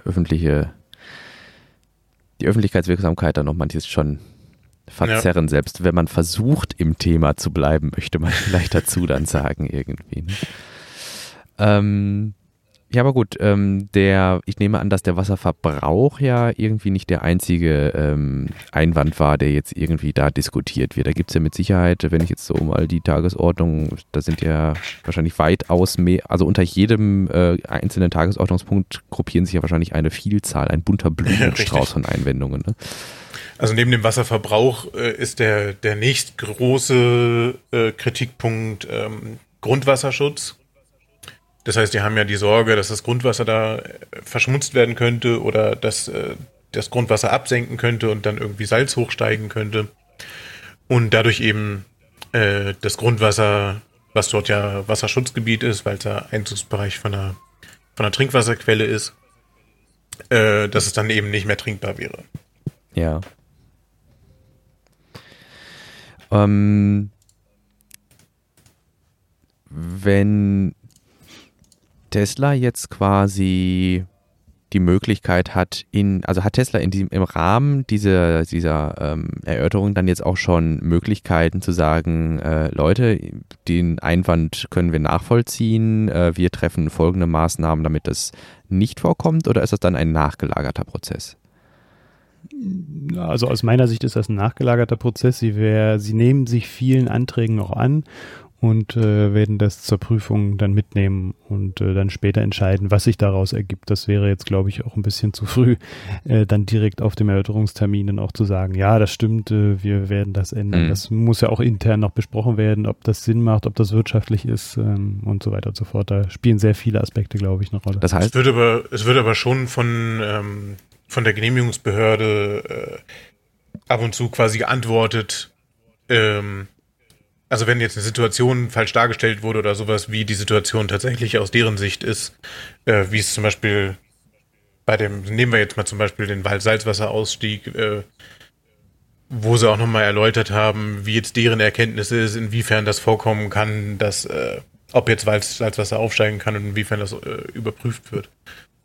Öffentlichkeitswirksamkeit dann noch manches schon verzerren, selbst wenn man versucht, im Thema zu bleiben, möchte man vielleicht dazu dann sagen irgendwie. Ne? Ja, aber gut, ich nehme an, dass der Wasserverbrauch ja irgendwie nicht der einzige Einwand war, der jetzt irgendwie da diskutiert wird. Da gibt es ja mit Sicherheit, wenn ich jetzt so mal die Tagesordnung, da sind ja wahrscheinlich weitaus mehr, also unter jedem einzelnen Tagesordnungspunkt gruppieren sich ja wahrscheinlich eine Vielzahl, ein bunter Blumenstrauß von Einwendungen. Ne? Also neben dem Wasserverbrauch ist der nächstgroße Kritikpunkt Grundwasserschutz. Das heißt, die haben ja die Sorge, dass das Grundwasser da verschmutzt werden könnte oder dass das Grundwasser absenken könnte und dann irgendwie Salz hochsteigen könnte. Und dadurch eben das Grundwasser, was dort ja Wasserschutzgebiet ist, weil es ja Einzugsbereich von einer Trinkwasserquelle ist, dass es dann eben nicht mehr trinkbar wäre. Ja. Wenn Tesla jetzt quasi die Möglichkeit hat, hat Tesla im Rahmen dieser Erörterung dann jetzt auch schon Möglichkeiten zu sagen, Leute, den Einwand können wir nachvollziehen, wir treffen folgende Maßnahmen, damit das nicht vorkommt, oder ist das dann ein nachgelagerter Prozess? Also aus meiner Sicht ist das ein nachgelagerter Prozess. Sie nehmen sich vielen Anträgen auch an und werden das zur Prüfung dann mitnehmen und dann später entscheiden, was sich daraus ergibt. Das wäre jetzt, glaube ich, auch ein bisschen zu früh, dann direkt auf dem Erörterungstermin dann auch zu sagen, ja, das stimmt, wir werden das ändern. Das muss ja auch intern noch besprochen werden, ob das Sinn macht, ob das wirtschaftlich ist und so weiter und so fort. Da spielen sehr viele Aspekte, glaube ich, eine Rolle. Das heißt, es wird aber schon von der Genehmigungsbehörde ab und zu quasi geantwortet, also wenn jetzt eine Situation falsch dargestellt wurde oder sowas, wie die Situation tatsächlich aus deren Sicht ist, wie es zum Beispiel nehmen wir jetzt mal zum Beispiel den Salzwasserausstieg, wo sie auch nochmal erläutert haben, wie jetzt deren Erkenntnis ist, inwiefern das vorkommen kann, dass ob jetzt Salzwasser aufsteigen kann und inwiefern das überprüft wird.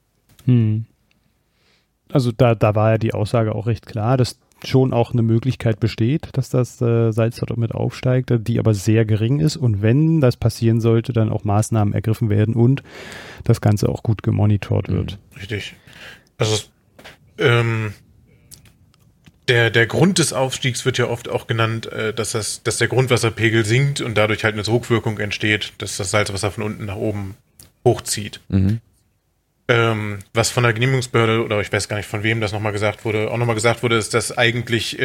Also da war ja die Aussage auch recht klar, dass schon auch eine Möglichkeit besteht, dass das Salz dort mit aufsteigt, die aber sehr gering ist, und wenn das passieren sollte, dann auch Maßnahmen ergriffen werden und das Ganze auch gut gemonitort wird. Richtig. Also der Grund des Aufstiegs wird ja oft auch genannt, dass der Grundwasserpegel sinkt und dadurch halt eine Sogwirkung entsteht, dass das Salzwasser von unten nach oben hochzieht. Was von der Genehmigungsbehörde, oder ich weiß gar nicht, von wem das nochmal gesagt wurde, ist, dass eigentlich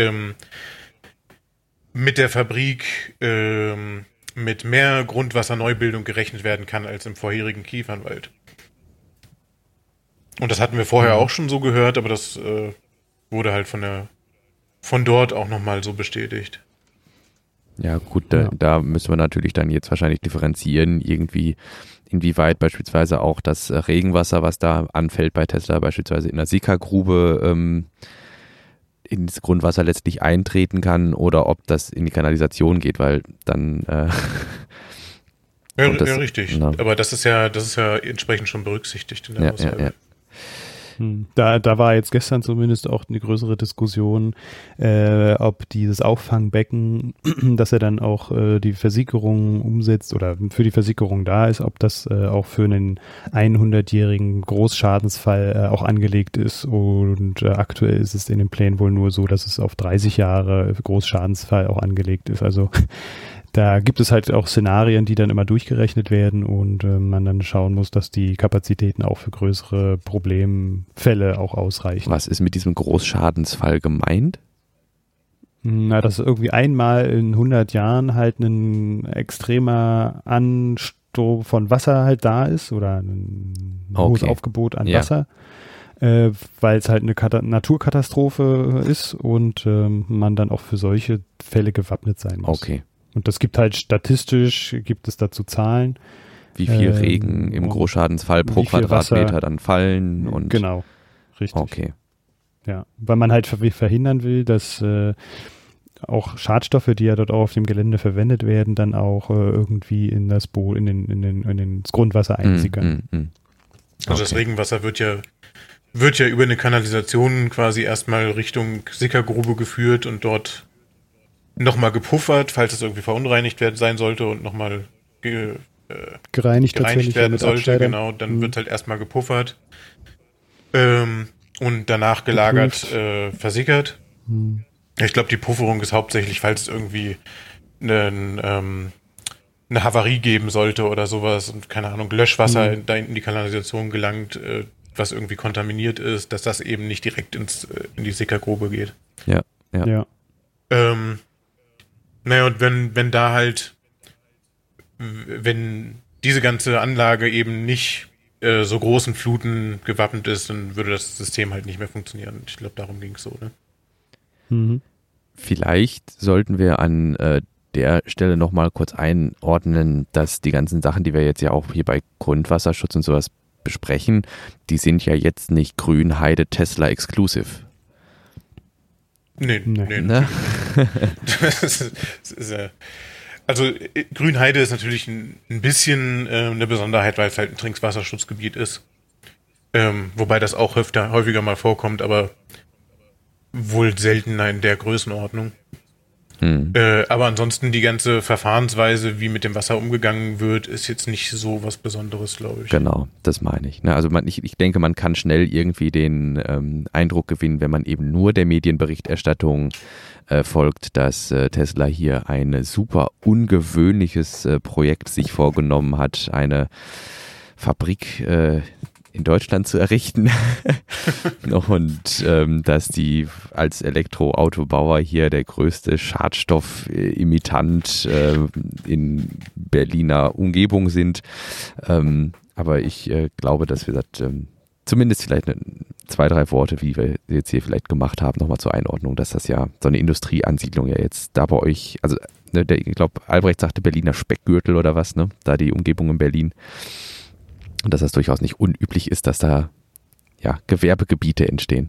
mit der Fabrik mit mehr Grundwasserneubildung gerechnet werden kann als im vorherigen Kiefernwald. Und das hatten wir vorher auch schon so gehört, aber das wurde halt von dort auch nochmal so bestätigt. Ja gut, da müssen wir natürlich dann jetzt wahrscheinlich differenzieren, irgendwie inwieweit beispielsweise auch das Regenwasser, was da anfällt bei Tesla, beispielsweise in der Sickergrube ins Grundwasser letztlich eintreten kann, oder ob das in die Kanalisation geht, weil dann ja, richtig. Na. Aber das ist ja entsprechend schon berücksichtigt in der Aussage. Ja. Da war jetzt gestern zumindest auch eine größere Diskussion, ob dieses Auffangbecken, dass er dann auch die Versickerung umsetzt oder für die Versickerung da ist, ob das auch für einen 100-jährigen Großschadensfall auch angelegt ist, und aktuell ist es in den Plänen wohl nur so, dass es auf 30 Jahre Großschadensfall auch angelegt ist. Also da gibt es halt auch Szenarien, die dann immer durchgerechnet werden und man dann schauen muss, dass die Kapazitäten auch für größere Problemfälle auch ausreichen. Was ist mit diesem Großschadensfall gemeint? Na, dass irgendwie einmal in 100 Jahren halt ein extremer von Wasser halt da ist oder ein hohes Aufgebot an Wasser, weil es halt eine Naturkatastrophe ist und man dann auch für solche Fälle gewappnet sein muss. Okay. Und das gibt halt statistisch, gibt es dazu Zahlen. Wie viel Regen im Großschadensfall pro Quadratmeter dann fallen und. Genau, richtig. Okay. Ja, weil man halt verhindern will, dass auch Schadstoffe, die ja dort auch auf dem Gelände verwendet werden, dann auch irgendwie in das ins Grundwasser einsickern. Also das Regenwasser wird ja über eine Kanalisation quasi erstmal Richtung Sickergrube geführt und dort nochmal gepuffert, falls es irgendwie verunreinigt sein sollte und nochmal gereinigt werden sollte. Genau, dann wird halt erstmal gepuffert und danach gelagert, versickert. Ich glaube, die Pufferung ist hauptsächlich, falls es irgendwie eine Havarie geben sollte oder sowas und keine Ahnung, Löschwasser in die Kanalisation gelangt, was irgendwie kontaminiert ist, dass das eben nicht direkt in die Sickergrube geht. Ja. Naja, und wenn da halt, wenn diese ganze Anlage eben nicht so großen Fluten gewappnet ist, dann würde das System halt nicht mehr funktionieren. Ich glaube, darum ging es so, ne? Vielleicht sollten wir an der Stelle nochmal kurz einordnen, dass die ganzen Sachen, die wir jetzt ja auch hier bei Grundwasserschutz und sowas besprechen, die sind ja jetzt nicht Grünheide Tesla exclusive. Nee. Ne? Also Grünheide ist natürlich ein bisschen eine Besonderheit, weil es halt ein Trinkwasserschutzgebiet ist. Wobei das auch häufiger mal vorkommt, aber wohl seltener in der Größenordnung. Aber ansonsten die ganze Verfahrensweise, wie mit dem Wasser umgegangen wird, ist jetzt nicht so was Besonderes, glaube ich. Genau, das meine ich. Also ich denke, man kann schnell irgendwie den Eindruck gewinnen, wenn man eben nur der Medienberichterstattung folgt, dass Tesla hier ein super ungewöhnliches Projekt sich vorgenommen hat, eine Fabrik in Deutschland zu errichten und dass die als Elektroautobauer hier der größte Schadstoffimitant in Berliner Umgebung sind. Aber ich glaube, dass wir zumindest vielleicht 2, 3 Worte, wie wir jetzt hier vielleicht gemacht haben, nochmal zur Einordnung, dass das ja so eine Industrieansiedlung ja jetzt da bei euch, also ich glaube, Albrecht sagte Berliner Speckgürtel oder was, ne? Da die Umgebung in Berlin. Und dass das durchaus nicht unüblich ist, dass da ja Gewerbegebiete entstehen.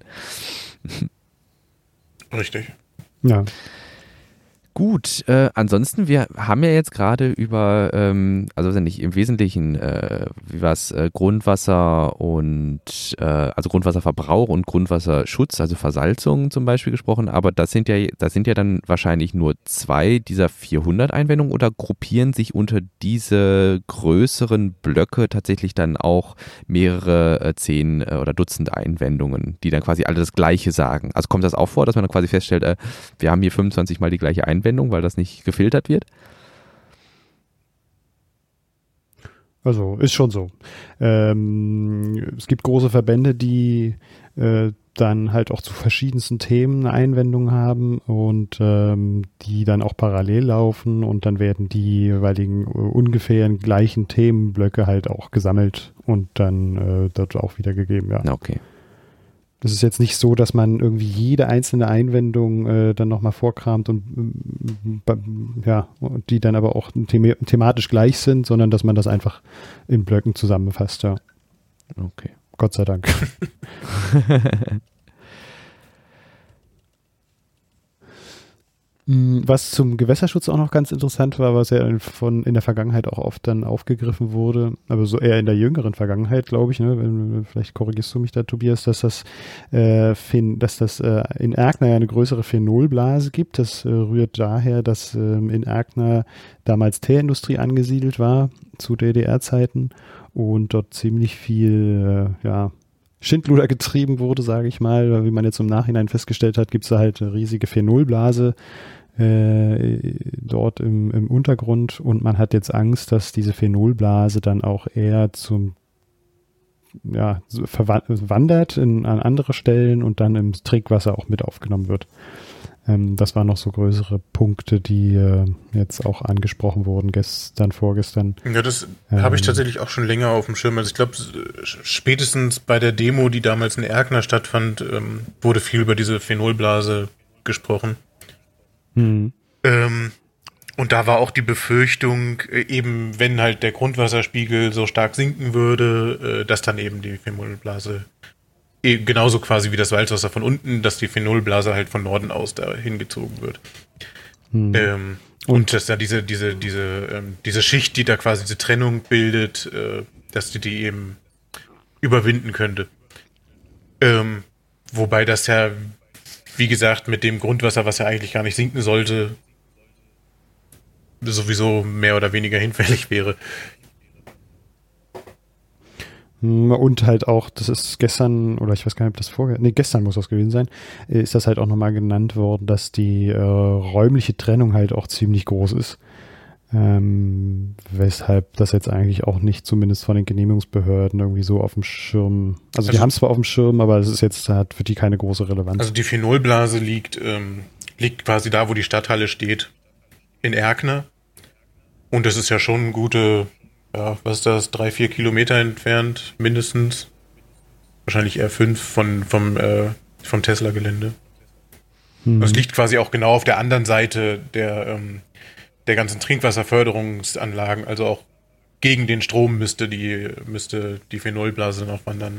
Richtig. Ja. Gut, ansonsten, wir haben ja jetzt gerade über, also nicht im Wesentlichen, wie war es, Grundwasser und, also Grundwasserverbrauch und Grundwasserschutz, also Versalzung zum Beispiel gesprochen, aber das sind ja dann wahrscheinlich nur 2 dieser 400 Einwendungen oder gruppieren sich unter diese größeren Blöcke tatsächlich dann auch mehrere 10 oder Dutzend Einwendungen, die dann quasi alle das Gleiche sagen. Also kommt das auch vor, dass man dann quasi feststellt, wir haben hier 25 Mal die gleiche Einwendung, weil das nicht gefiltert wird? Also ist schon so. Es gibt große Verbände, die dann halt auch zu verschiedensten Themen eine Einwendung haben und die dann auch parallel laufen und dann werden die jeweiligen ungefähr gleichen Themenblöcke halt auch gesammelt und dann dort auch wiedergegeben. Ja. Okay. Das ist jetzt nicht so, dass man irgendwie jede einzelne Einwendung dann nochmal vorkramt und die dann aber auch thematisch gleich sind, sondern dass man das einfach in Blöcken zusammenfasst, ja. Okay. Gott sei Dank. Was zum Gewässerschutz auch noch ganz interessant war, was ja in der Vergangenheit auch oft dann aufgegriffen wurde, aber so eher in der jüngeren Vergangenheit, glaube ich, ne? Vielleicht korrigierst du mich da, Tobias, dass das in Erkner ja eine größere Phenolblase gibt. Das rührt daher, dass in Erkner damals Teerindustrie angesiedelt war zu DDR-Zeiten und dort ziemlich viel, Schindluder getrieben wurde, sage ich mal. Wie man jetzt im Nachhinein festgestellt hat, gibt es da halt eine riesige Phenolblase dort im Untergrund und man hat jetzt Angst, dass diese Phenolblase dann auch eher zum verwandert an andere Stellen und dann im Trinkwasser auch mit aufgenommen wird. Das waren noch so größere Punkte, die jetzt auch angesprochen wurden, vorgestern. Ja, das habe ich tatsächlich auch schon länger auf dem Schirm. Also ich glaube, spätestens bei der Demo, die damals in Erkner stattfand, wurde viel über diese Phenolblase gesprochen. Und da war auch die Befürchtung, eben wenn halt der Grundwasserspiegel so stark sinken würde, dass dann eben die Phenolblase genauso quasi wie das Salzwasser von unten, dass die Phenolblase halt von Norden aus da hingezogen wird. Und dass da diese Schicht, die da quasi diese Trennung bildet, dass die eben überwinden könnte. Wobei das ja, wie gesagt, mit dem Grundwasser, was ja eigentlich gar nicht sinken sollte, sowieso mehr oder weniger hinfällig wäre. Und halt auch, das ist gestern, oder ich weiß gar nicht, ob das gestern muss das gewesen sein, ist das halt auch nochmal genannt worden, dass die räumliche Trennung halt auch ziemlich groß ist. Weshalb das jetzt eigentlich auch nicht, zumindest von den Genehmigungsbehörden, irgendwie so auf dem Schirm, also die haben es zwar auf dem Schirm, aber es ist jetzt, hat für die keine große Relevanz. Also die Phenolblase liegt quasi da, wo die Stadthalle steht, in Erkner. Und das ist ja schon eine gute, was ist das, 3-4 Kilometer entfernt, mindestens. Wahrscheinlich eher 5 vom Tesla-Gelände. Das liegt quasi auch genau auf der anderen Seite der ganzen Trinkwasserförderungsanlagen, also auch gegen den Strom müsste die Phenolblase noch wandern.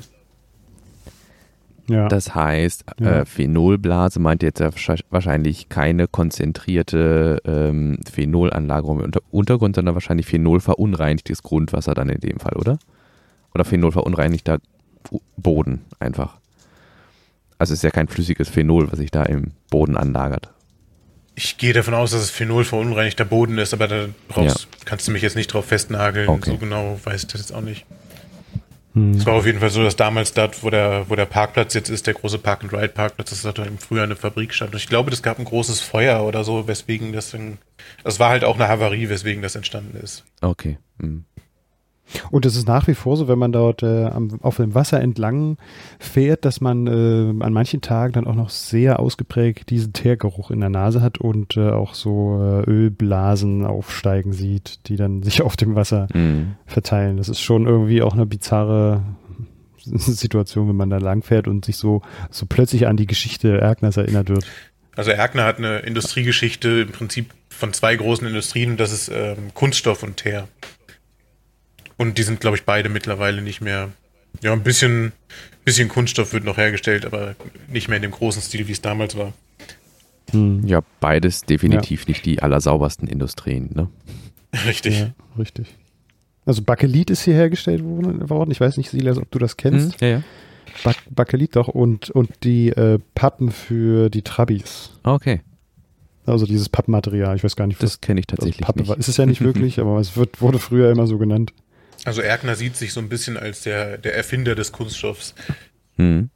Ja. Das heißt, Phenolblase meint jetzt ja wahrscheinlich keine konzentrierte Phenolanlagerung im Untergrund, sondern wahrscheinlich phenolverunreinigtes Grundwasser dann in dem Fall, oder? Oder phenolverunreinigter Boden einfach. Also es ist ja kein flüssiges Phenol, was sich da im Boden anlagert. Ich gehe davon aus, dass es phenolverunreinigter Boden ist, aber da kannst du mich jetzt nicht drauf festnageln. Okay. So genau weiß ich das jetzt auch nicht. Es war auf jeden Fall so, dass damals dort, wo der Parkplatz jetzt ist, der große Park-and-Ride-Parkplatz, dass da im Frühjahr eine Fabrik stand. Und ich glaube, es gab ein großes Feuer oder so, weswegen das war halt auch eine Havarie, weswegen das entstanden ist. Okay. Und es ist nach wie vor so, wenn man dort auf dem Wasser entlang fährt, dass man an manchen Tagen dann auch noch sehr ausgeprägt diesen Teergeruch in der Nase hat und auch so Ölblasen aufsteigen sieht, die dann sich auf dem Wasser verteilen. Das ist schon irgendwie auch eine bizarre Situation, wenn man da lang fährt und sich so plötzlich an die Geschichte Erkners erinnert wird. Also Erkner hat eine Industriegeschichte im Prinzip von 2 großen Industrien, das ist Kunststoff und Teer. Und die sind, glaube ich, beide mittlerweile nicht mehr. Ja, ein bisschen Kunststoff wird noch hergestellt, aber nicht mehr in dem großen Stil, wie es damals war. Ja, beides definitiv nicht die allersaubersten Industrien, ne? Richtig. Ja, richtig. Also Bakelit ist hier hergestellt worden. Ich weiß nicht, Silas, ob du das kennst. Ja. Bakelit doch und die Pappen für die Trabis. Okay. Also dieses Pappenmaterial, ich weiß gar nicht, was das kenne ich tatsächlich nicht. Ist es ja nicht wirklich, aber es wurde früher immer so genannt. Also Erkner sieht sich so ein bisschen als der Erfinder des Kunststoffs. Ja.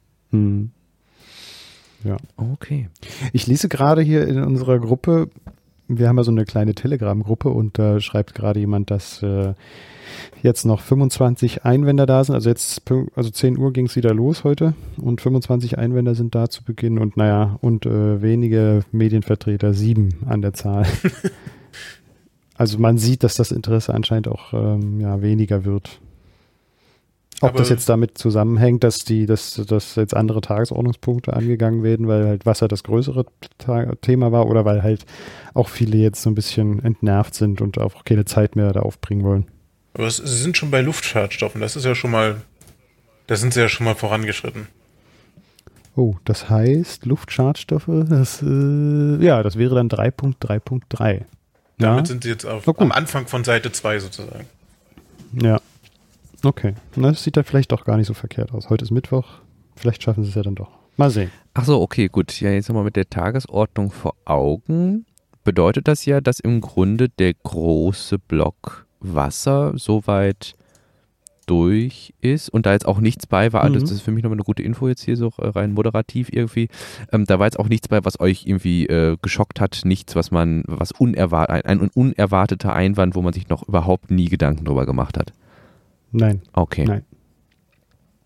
Okay. Ich lese gerade hier in unserer Gruppe, wir haben ja so eine kleine Telegram-Gruppe und da schreibt gerade jemand, dass jetzt noch 25 Einwender da sind. Also 10 Uhr ging es wieder los heute und 25 Einwender sind da zu Beginn und wenige Medienvertreter, 7 an der Zahl. Also man sieht, dass das Interesse anscheinend auch weniger wird. Ob das jetzt damit zusammenhängt, dass jetzt andere Tagesordnungspunkte angegangen werden, weil halt Wasser das größere Thema war oder weil halt auch viele jetzt so ein bisschen entnervt sind und auch keine Zeit mehr da aufbringen wollen. Aber sie sind schon bei Luftschadstoffen, da sind sie ja schon mal vorangeschritten. Oh, das heißt Luftschadstoffe, das wäre dann 3.3.3. Damit sind sie jetzt am Anfang von Seite 2 sozusagen. Ja. Okay. Das sieht dann vielleicht doch gar nicht so verkehrt aus. Heute ist Mittwoch. Vielleicht schaffen sie es ja dann doch. Mal sehen. Ach so, okay, gut. Ja, jetzt nochmal mit der Tagesordnung vor Augen. Bedeutet das ja, dass im Grunde der große Block Wasser soweit durch ist und da jetzt auch nichts bei war, das ist für mich nochmal eine gute Info jetzt hier so rein moderativ irgendwie, da war jetzt auch nichts bei, was euch irgendwie geschockt hat, nichts, ein unerwarteter Einwand, wo man sich noch überhaupt nie Gedanken drüber gemacht hat. Nein. Okay. Nein.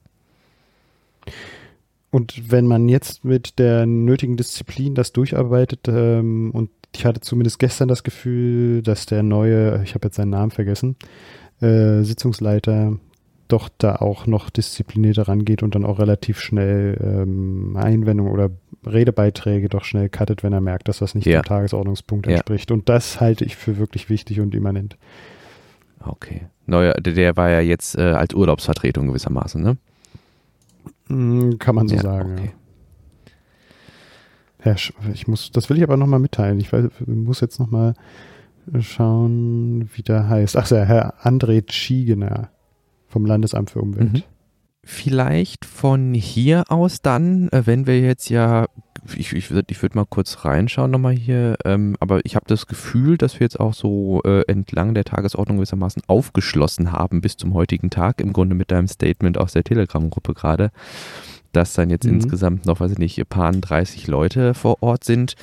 Und wenn man jetzt mit der nötigen Disziplin das durcharbeitet, und ich hatte zumindest gestern das Gefühl, dass der neue, ich habe jetzt seinen Namen vergessen, Sitzungsleiter doch da auch noch disziplinierter rangeht und dann auch relativ schnell Einwendungen oder Redebeiträge doch schnell cuttet, wenn er merkt, dass das nicht dem Tagesordnungspunkt entspricht. Und das halte ich für wirklich wichtig und immanent. Okay. Der war ja jetzt als Urlaubsvertretung gewissermaßen, ne? Kann man so sagen, okay. Ja. Das will ich aber nochmal mitteilen. Ich muss jetzt nochmal schauen, wie der heißt. Ach ja, Herr André Tschiegener vom Landesamt für Umwelt. Mhm. Vielleicht von hier aus dann, wenn wir jetzt ich würde mal kurz reinschauen nochmal hier, aber ich habe das Gefühl, dass wir jetzt auch so entlang der Tagesordnung gewissermaßen aufgeschlossen haben bis zum heutigen Tag, im Grunde mit deinem Statement aus der Telegram-Gruppe gerade, dass dann jetzt insgesamt noch, weiß ich nicht, 30 Leute vor Ort sind.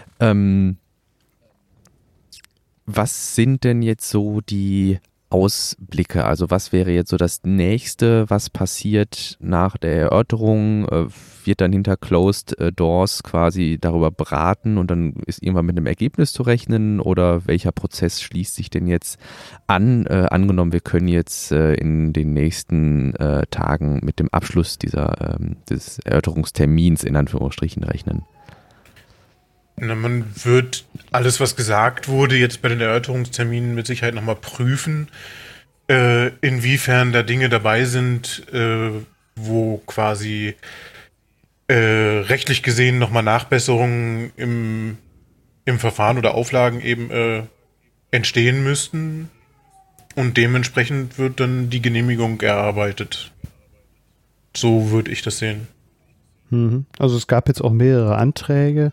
Was sind denn jetzt so die Ausblicke? Also was wäre jetzt so das Nächste, was passiert nach der Erörterung? Wird dann hinter Closed Doors quasi darüber beraten und dann ist irgendwann mit einem Ergebnis zu rechnen? Oder welcher Prozess schließt sich denn jetzt an? Angenommen, wir können jetzt in den nächsten Tagen mit dem Abschluss des Erörterungstermins in Anführungsstrichen rechnen. Na, man wird alles, was gesagt wurde, jetzt bei den Erörterungsterminen mit Sicherheit nochmal prüfen, inwiefern da Dinge dabei sind, wo quasi rechtlich gesehen nochmal Nachbesserungen im Verfahren oder Auflagen eben entstehen müssten. Und dementsprechend wird dann die Genehmigung erarbeitet. So würde ich das sehen. Also es gab jetzt auch mehrere Anträge,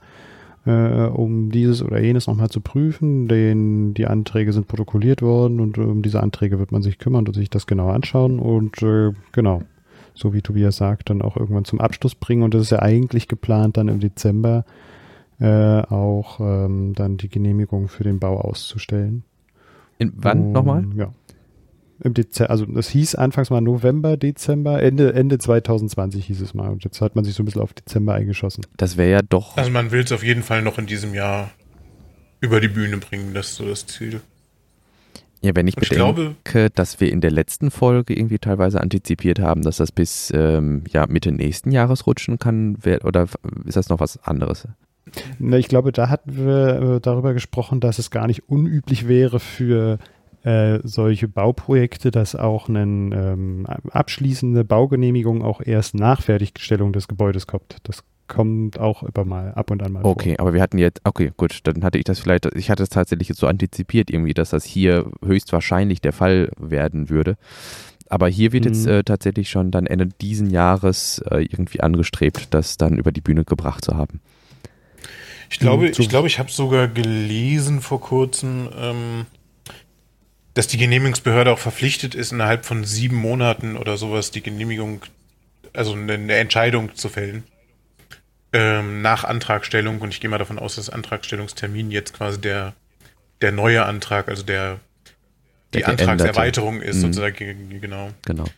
um dieses oder jenes nochmal zu prüfen. Die Anträge sind protokolliert worden und um diese Anträge wird man sich kümmern und sich das genauer anschauen und genau, so wie Tobias sagt, dann auch irgendwann zum Abschluss bringen. Und das ist ja eigentlich geplant, dann im Dezember auch dann die Genehmigung für den Bau auszustellen. Wann nochmal? Ja. Im Dezember, also das hieß anfangs mal November, Dezember, Ende 2020 hieß es mal. Und jetzt hat man sich so ein bisschen auf Dezember eingeschossen. Das wäre ja doch... Also man will es auf jeden Fall noch in diesem Jahr über die Bühne bringen, das ist so das Ziel. Ja, wenn ich bedenke, dass wir in der letzten Folge irgendwie teilweise antizipiert haben, dass das bis Mitte nächsten Jahres rutschen kann, oder ist das noch was anderes? Na, ich glaube, da hatten wir darüber gesprochen, dass es gar nicht unüblich wäre für solche Bauprojekte, dass auch eine abschließende Baugenehmigung auch erst nach Fertigstellung des Gebäudes kommt. Das kommt auch ab und an mal vor. Okay, aber wir hatten jetzt, okay, gut, dann hatte ich hatte es tatsächlich jetzt so antizipiert irgendwie, dass das hier höchstwahrscheinlich der Fall werden würde. Aber hier wird jetzt tatsächlich schon dann Ende diesen Jahres irgendwie angestrebt, das dann über die Bühne gebracht zu haben. Ich glaube, ich habe sogar gelesen vor kurzem, dass die Genehmigungsbehörde auch verpflichtet ist, innerhalb von 7 Monaten oder sowas die Genehmigung, also eine Entscheidung zu fällen. Nach Antragstellung. Und ich gehe mal davon aus, dass Antragstellungstermin jetzt quasi der neue Antrag, also die Antragserweiterung ist, sozusagen, genau.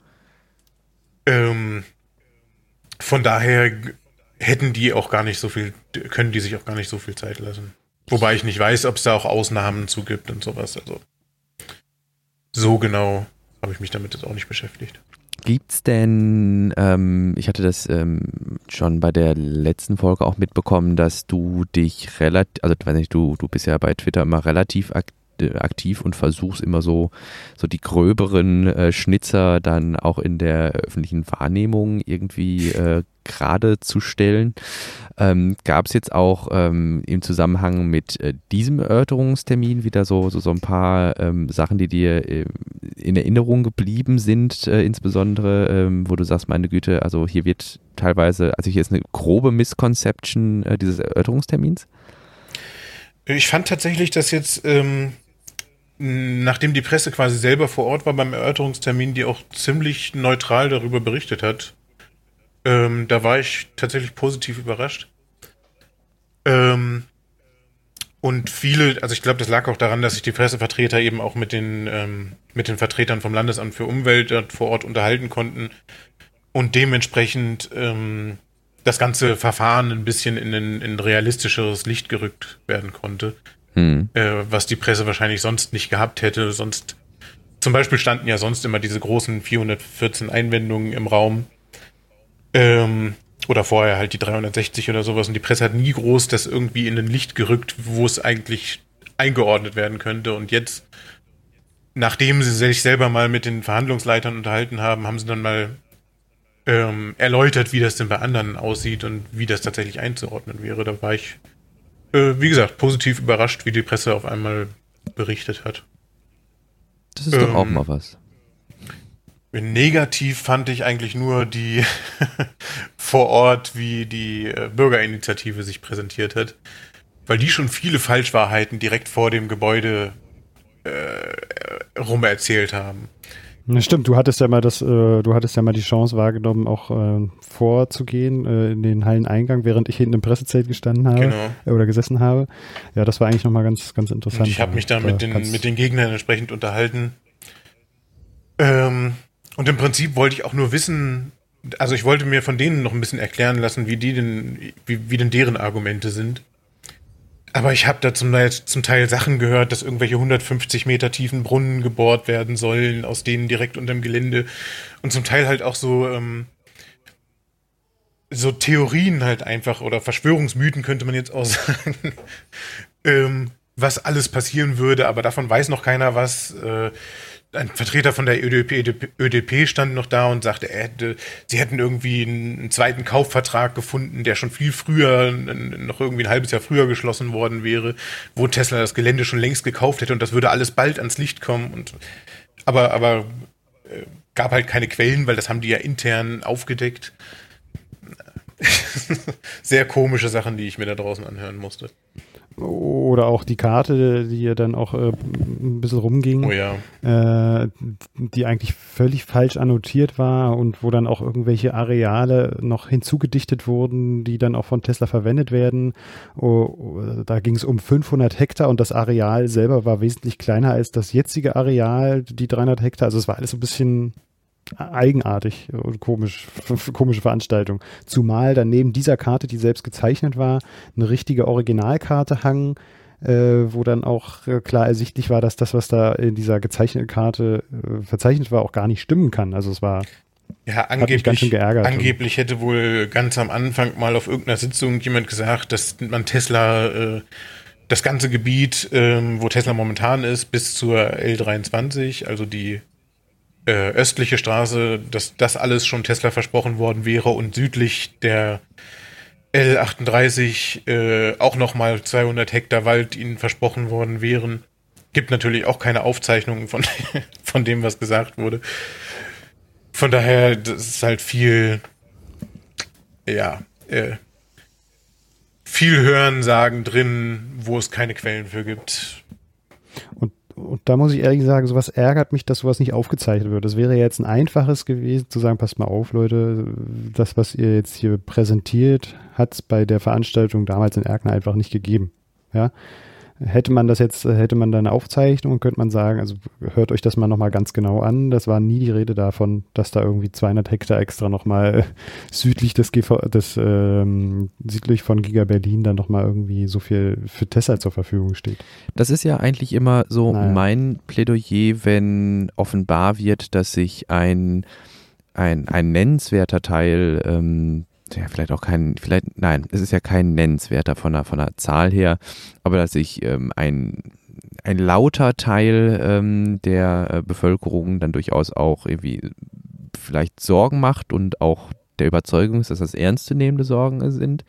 Von daher können die sich auch gar nicht so viel Zeit lassen. Wobei ich nicht weiß, ob es da auch Ausnahmen zu gibt und sowas. Also so genau habe ich mich damit jetzt auch nicht beschäftigt. Gibt's denn, ich hatte das schon bei der letzten Folge auch mitbekommen, dass du dich du bist ja bei Twitter immer relativ aktiv und versuchst immer so die gröberen Schnitzer dann auch in der öffentlichen Wahrnehmung irgendwie gerade zu stellen. Gab es jetzt auch im Zusammenhang mit diesem Erörterungstermin wieder so ein paar Sachen, die dir in Erinnerung geblieben sind, insbesondere, wo du sagst, meine Güte, also hier wird teilweise, also hier ist eine grobe Misconception dieses Erörterungstermins? Ich fand tatsächlich, dass jetzt nachdem die Presse quasi selber vor Ort war beim Erörterungstermin, die auch ziemlich neutral darüber berichtet hat, da war ich tatsächlich positiv überrascht. Und also ich glaube, das lag auch daran, dass sich die Pressevertreter eben auch mit den Vertretern vom Landesamt für Umwelt dort vor Ort unterhalten konnten und dementsprechend das ganze Verfahren ein bisschen in ein realistischeres Licht gerückt werden konnte. Was die Presse wahrscheinlich sonst nicht gehabt hätte. Sonst, zum Beispiel standen ja sonst immer diese großen 414 Einwendungen im Raum. Oder vorher halt die 360 oder sowas. Und die Presse hat nie groß das irgendwie in ein Licht gerückt, wo es eigentlich eingeordnet werden könnte. Und jetzt, nachdem sie sich selber mal mit den Verhandlungsleitern unterhalten haben, haben sie dann mal erläutert, wie das denn bei anderen aussieht und wie das tatsächlich einzuordnen wäre. Da war ich, wie gesagt, positiv überrascht, wie die Presse auf einmal berichtet hat. Das ist doch auch mal was. Negativ fand ich eigentlich nur die vor Ort, wie die Bürgerinitiative sich präsentiert hat, weil die schon viele Falschwahrheiten direkt vor dem Gebäude rum erzählt haben. Ja, stimmt, du hattest ja mal die Chance wahrgenommen, auch vorzugehen in den Halleneingang, während ich hinten im Pressezelt gestanden habe oder gesessen habe. Ja, das war eigentlich nochmal ganz, ganz interessant. Und ich habe mich da mit den Gegnern entsprechend unterhalten. Und im Prinzip wollte ich auch nur wissen, also ich wollte mir von denen noch ein bisschen erklären lassen, wie denn deren Argumente sind. Aber ich habe da zum Teil Sachen gehört, dass irgendwelche 150 Meter tiefen Brunnen gebohrt werden sollen, aus denen direkt unterm Gelände. Und zum Teil halt auch so Theorien halt einfach, oder Verschwörungsmythen könnte man jetzt auch sagen, was alles passieren würde, aber davon weiß noch keiner was. Ein Vertreter von der ÖDP stand noch da und sagte, sie hätten irgendwie einen zweiten Kaufvertrag gefunden, der schon viel früher, noch irgendwie ein halbes Jahr früher geschlossen worden wäre, wo Tesla das Gelände schon längst gekauft hätte und das würde alles bald ans Licht kommen. Aber gab halt keine Quellen, weil das haben die ja intern aufgedeckt. Sehr komische Sachen, die ich mir da draußen anhören musste. Oder auch die Karte, die ja dann auch ein bisschen rumging, die eigentlich völlig falsch annotiert war und wo dann auch irgendwelche Areale noch hinzugedichtet wurden, die dann auch von Tesla verwendet werden. Da ging es um 500 Hektar und das Areal selber war wesentlich kleiner als das jetzige Areal, die 300 Hektar. Also es war alles so ein bisschen eigenartig und komische Veranstaltung. Zumal dann neben dieser Karte, die selbst gezeichnet war, eine richtige Originalkarte hang, wo dann auch klar ersichtlich war, dass das, was da in dieser gezeichneten Karte verzeichnet war, auch gar nicht stimmen kann. Also es war hat mich ganz schön geärgert. Angeblich hätte wohl ganz am Anfang mal auf irgendeiner Sitzung jemand gesagt, dass man Tesla das ganze Gebiet, wo Tesla momentan ist, bis zur L23, also die östliche Straße, dass das alles schon Tesla versprochen worden wäre und südlich der L38 auch nochmal 200 Hektar Wald ihnen versprochen worden wären. Gibt natürlich auch keine Aufzeichnungen von dem, was gesagt wurde. Von daher, das ist halt viel Hörensagen drin, wo es keine Quellen für gibt. Und da muss ich ehrlich sagen, sowas ärgert mich, dass sowas nicht aufgezeichnet wird. Das wäre jetzt ein einfaches gewesen, zu sagen, passt mal auf, Leute, das, was ihr jetzt hier präsentiert, hat es bei der Veranstaltung damals in Erkner einfach nicht gegeben. Ja? Hätte man da eine Aufzeichnung und könnte man sagen, also hört euch das mal nochmal ganz genau an. Das war nie die Rede davon, dass da irgendwie 200 Hektar extra nochmal südlich südlich von Giga Berlin dann nochmal irgendwie so viel für Tesla zur Verfügung steht. Das ist ja eigentlich immer so mein Plädoyer, wenn offenbar wird, dass sich ein nennenswerter Teil es ist ja kein nennenswerter von der Zahl her, aber dass sich ein lauter Teil der Bevölkerung dann durchaus auch irgendwie vielleicht Sorgen macht und auch der Überzeugung ist, dass das ernstzunehmende Sorgen sind,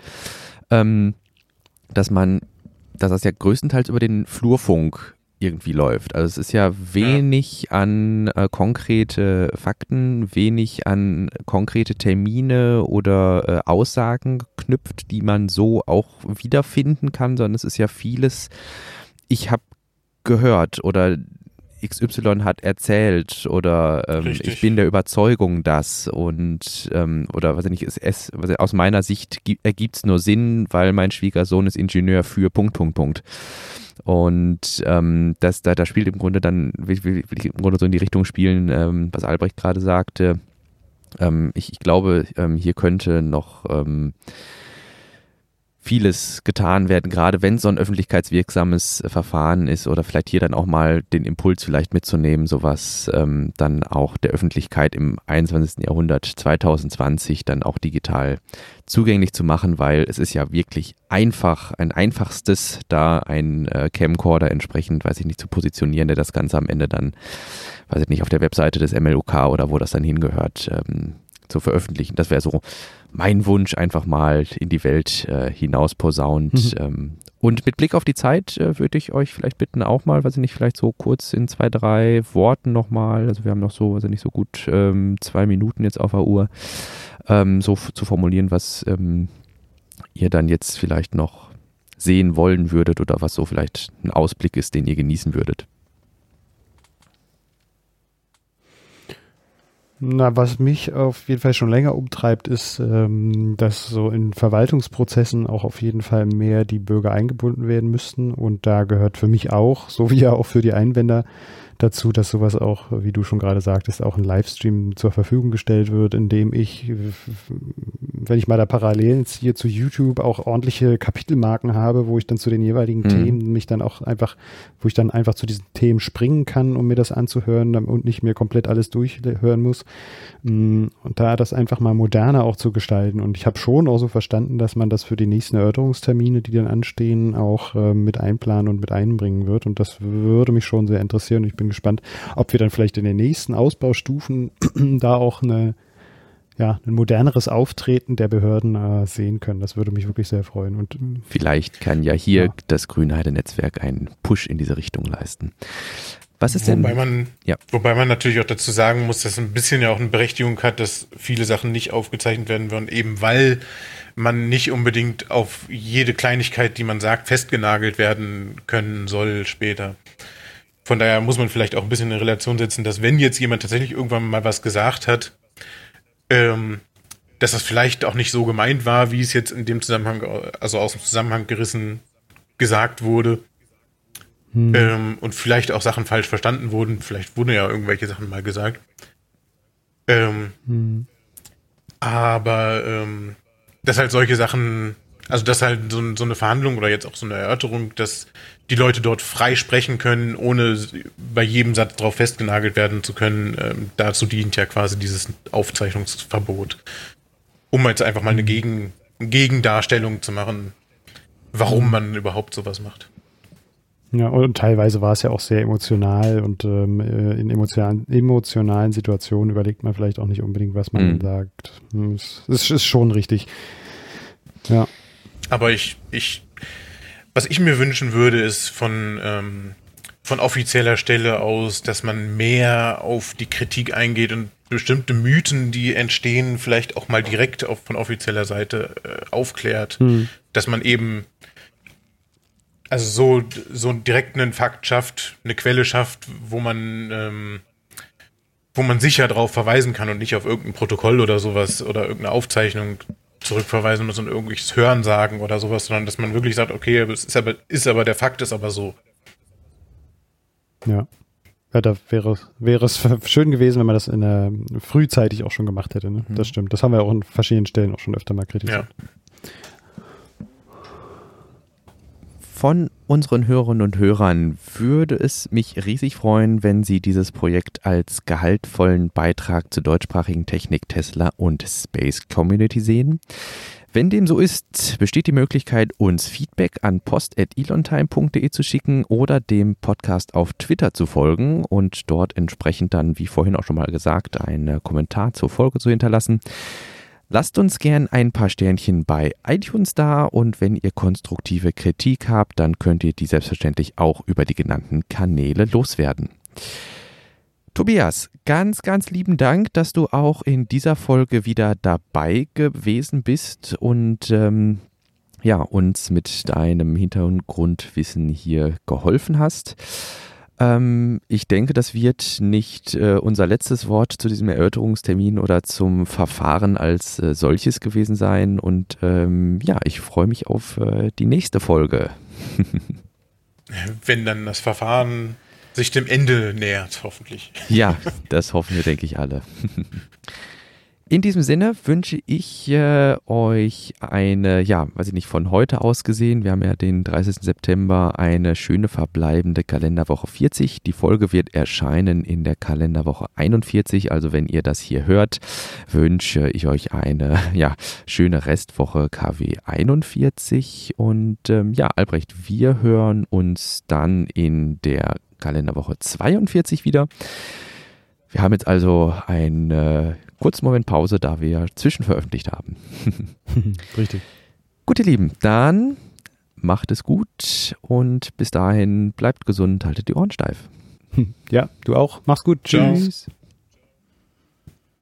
dass das ja größtenteils über den Flurfunk irgendwie läuft. Also es ist ja wenig an konkrete Fakten, wenig an konkrete Termine oder Aussagen geknüpft, die man so auch wiederfinden kann, sondern es ist ja vieles, ich habe gehört oder XY hat erzählt oder ich bin der Überzeugung, dass und oder was nicht ist aus meiner Sicht ergibt es nur Sinn, weil mein Schwiegersohn ist Ingenieur für ... Und da spielt im Grunde dann, will ich im Grunde so in die Richtung spielen, was Albrecht gerade sagte, Ich glaube, hier könnte noch vieles getan werden, gerade wenn es so ein öffentlichkeitswirksames Verfahren ist oder vielleicht hier dann auch mal den Impuls vielleicht mitzunehmen, sowas dann auch der Öffentlichkeit im 21. Jahrhundert 2020 dann auch digital zugänglich zu machen, weil es ist ja wirklich einfach, ein einfachstes, da ein Camcorder entsprechend, weiß ich nicht, zu positionieren, der das Ganze am Ende dann, weiß ich nicht, auf der Webseite des MLUK oder wo das dann hingehört, zu veröffentlichen. Das wäre so mein Wunsch, einfach mal in die Welt hinaus posaunt. Und mit Blick auf die Zeit würde ich euch vielleicht bitten, auch mal, weiß ich nicht, vielleicht so kurz in 2, 3 Worten nochmal, also wir haben noch so, weiß ich nicht, so gut 2 Minuten jetzt auf der Uhr, so zu formulieren, was ihr dann jetzt vielleicht noch sehen wollen würdet oder was so vielleicht ein Ausblick ist, den ihr genießen würdet. Na, was mich auf jeden Fall schon länger umtreibt, ist, dass so in Verwaltungsprozessen auch auf jeden Fall mehr die Bürger eingebunden werden müssten. Und da gehört für mich auch, so wie ja auch für die Einwender, dazu, dass sowas auch, wie du schon gerade sagtest, auch ein Livestream zur Verfügung gestellt wird, in dem ich, wenn ich mal da Parallelen ziehe zu YouTube, auch ordentliche Kapitelmarken habe, wo ich dann zu den jeweiligen Themen mich dann auch einfach, wo ich dann einfach zu diesen Themen springen kann, um mir das anzuhören und nicht mehr komplett alles durchhören muss. Und da das einfach mal moderner auch zu gestalten. Und ich habe schon auch so verstanden, dass man das für die nächsten Erörterungstermine, die dann anstehen, auch mit einplanen und mit einbringen wird. Und das würde mich schon sehr interessieren. Ich bin gespannt, ob wir dann vielleicht in den nächsten Ausbaustufen da auch ein moderneres Auftreten der Behörden sehen können. Das würde mich wirklich sehr freuen. Und vielleicht kann ja hier das Grünheide-Netzwerk einen Push in diese Richtung leisten. Was ist wobei man natürlich auch dazu sagen muss, dass ein bisschen ja auch eine Berechtigung hat, dass viele Sachen nicht aufgezeichnet werden würden, eben weil man nicht unbedingt auf jede Kleinigkeit, die man sagt, festgenagelt werden können soll später. Von daher muss man vielleicht auch ein bisschen in Relation setzen, dass wenn jetzt jemand tatsächlich irgendwann mal was gesagt hat, dass das vielleicht auch nicht so gemeint war, wie es jetzt in dem Zusammenhang, also aus dem Zusammenhang gerissen gesagt wurde. Und vielleicht auch Sachen falsch verstanden wurden. Vielleicht wurden ja irgendwelche Sachen mal gesagt. Aber dass halt solche Sachen, also dass halt so eine Verhandlung oder jetzt auch so eine Erörterung, dass die Leute dort frei sprechen können, ohne bei jedem Satz drauf festgenagelt werden zu können, dazu dient ja quasi dieses Aufzeichnungsverbot. Um jetzt einfach mal eine Gegendarstellung zu machen, warum man überhaupt sowas macht. Ja, und teilweise war es ja auch sehr emotional und in emotionalen Situationen überlegt man vielleicht auch nicht unbedingt, was man sagt. Es ist schon richtig. Ja. Aber was ich mir wünschen würde, ist von offizieller Stelle aus, dass man mehr auf die Kritik eingeht und bestimmte Mythen, die entstehen, vielleicht auch mal direkt von offizieller Seite aufklärt, dass man eben also so direkt einen Fakt schafft, eine Quelle schafft, wo man sicher darauf verweisen kann und nicht auf irgendein Protokoll oder sowas oder irgendeine Aufzeichnung zurückverweisen muss und irgendwelches Hörensagen oder sowas, sondern dass man wirklich sagt, okay, es ist aber der Fakt ist aber so. Ja. Ja, da wäre es schön gewesen, wenn man das frühzeitig auch schon gemacht hätte. Ne? Das stimmt. Das haben wir auch an verschiedenen Stellen auch schon öfter mal kritisiert. Ja. Von unseren Hörerinnen und Hörern würde es mich riesig freuen, wenn Sie dieses Projekt als gehaltvollen Beitrag zur deutschsprachigen Technik, Tesla und Space Community sehen. Wenn dem so ist, besteht die Möglichkeit, uns Feedback an post@elontime.de zu schicken oder dem Podcast auf Twitter zu folgen und dort entsprechend dann, wie vorhin auch schon mal gesagt, einen Kommentar zur Folge zu hinterlassen. Lasst uns gern ein paar Sternchen bei iTunes da und wenn ihr konstruktive Kritik habt, dann könnt ihr die selbstverständlich auch über die genannten Kanäle loswerden. Tobias, ganz, ganz lieben Dank, dass du auch in dieser Folge wieder dabei gewesen bist und uns mit deinem Hintergrundwissen hier geholfen hast. Ich denke, das wird nicht unser letztes Wort zu diesem Erörterungstermin oder zum Verfahren als solches gewesen sein. Und ich freue mich auf die nächste Folge. Wenn dann das Verfahren sich dem Ende nähert, hoffentlich. Ja, das hoffen wir, denke ich, alle. In diesem Sinne wünsche ich euch eine, von heute aus gesehen, wir haben ja den 30. September, eine schöne verbleibende Kalenderwoche 40. Die Folge wird erscheinen in der Kalenderwoche 41, also wenn ihr das hier hört, wünsche ich euch eine schöne Restwoche KW 41 und Albrecht, wir hören uns dann in der Kalenderwoche 42 wieder. Wir haben jetzt also einen kurzen Moment Pause, da wir zwischenveröffentlicht haben. Richtig. Gut, ihr Lieben, dann macht es gut und bis dahin bleibt gesund, haltet die Ohren steif. Ja, du auch. Mach's gut. Ciao. Tschüss.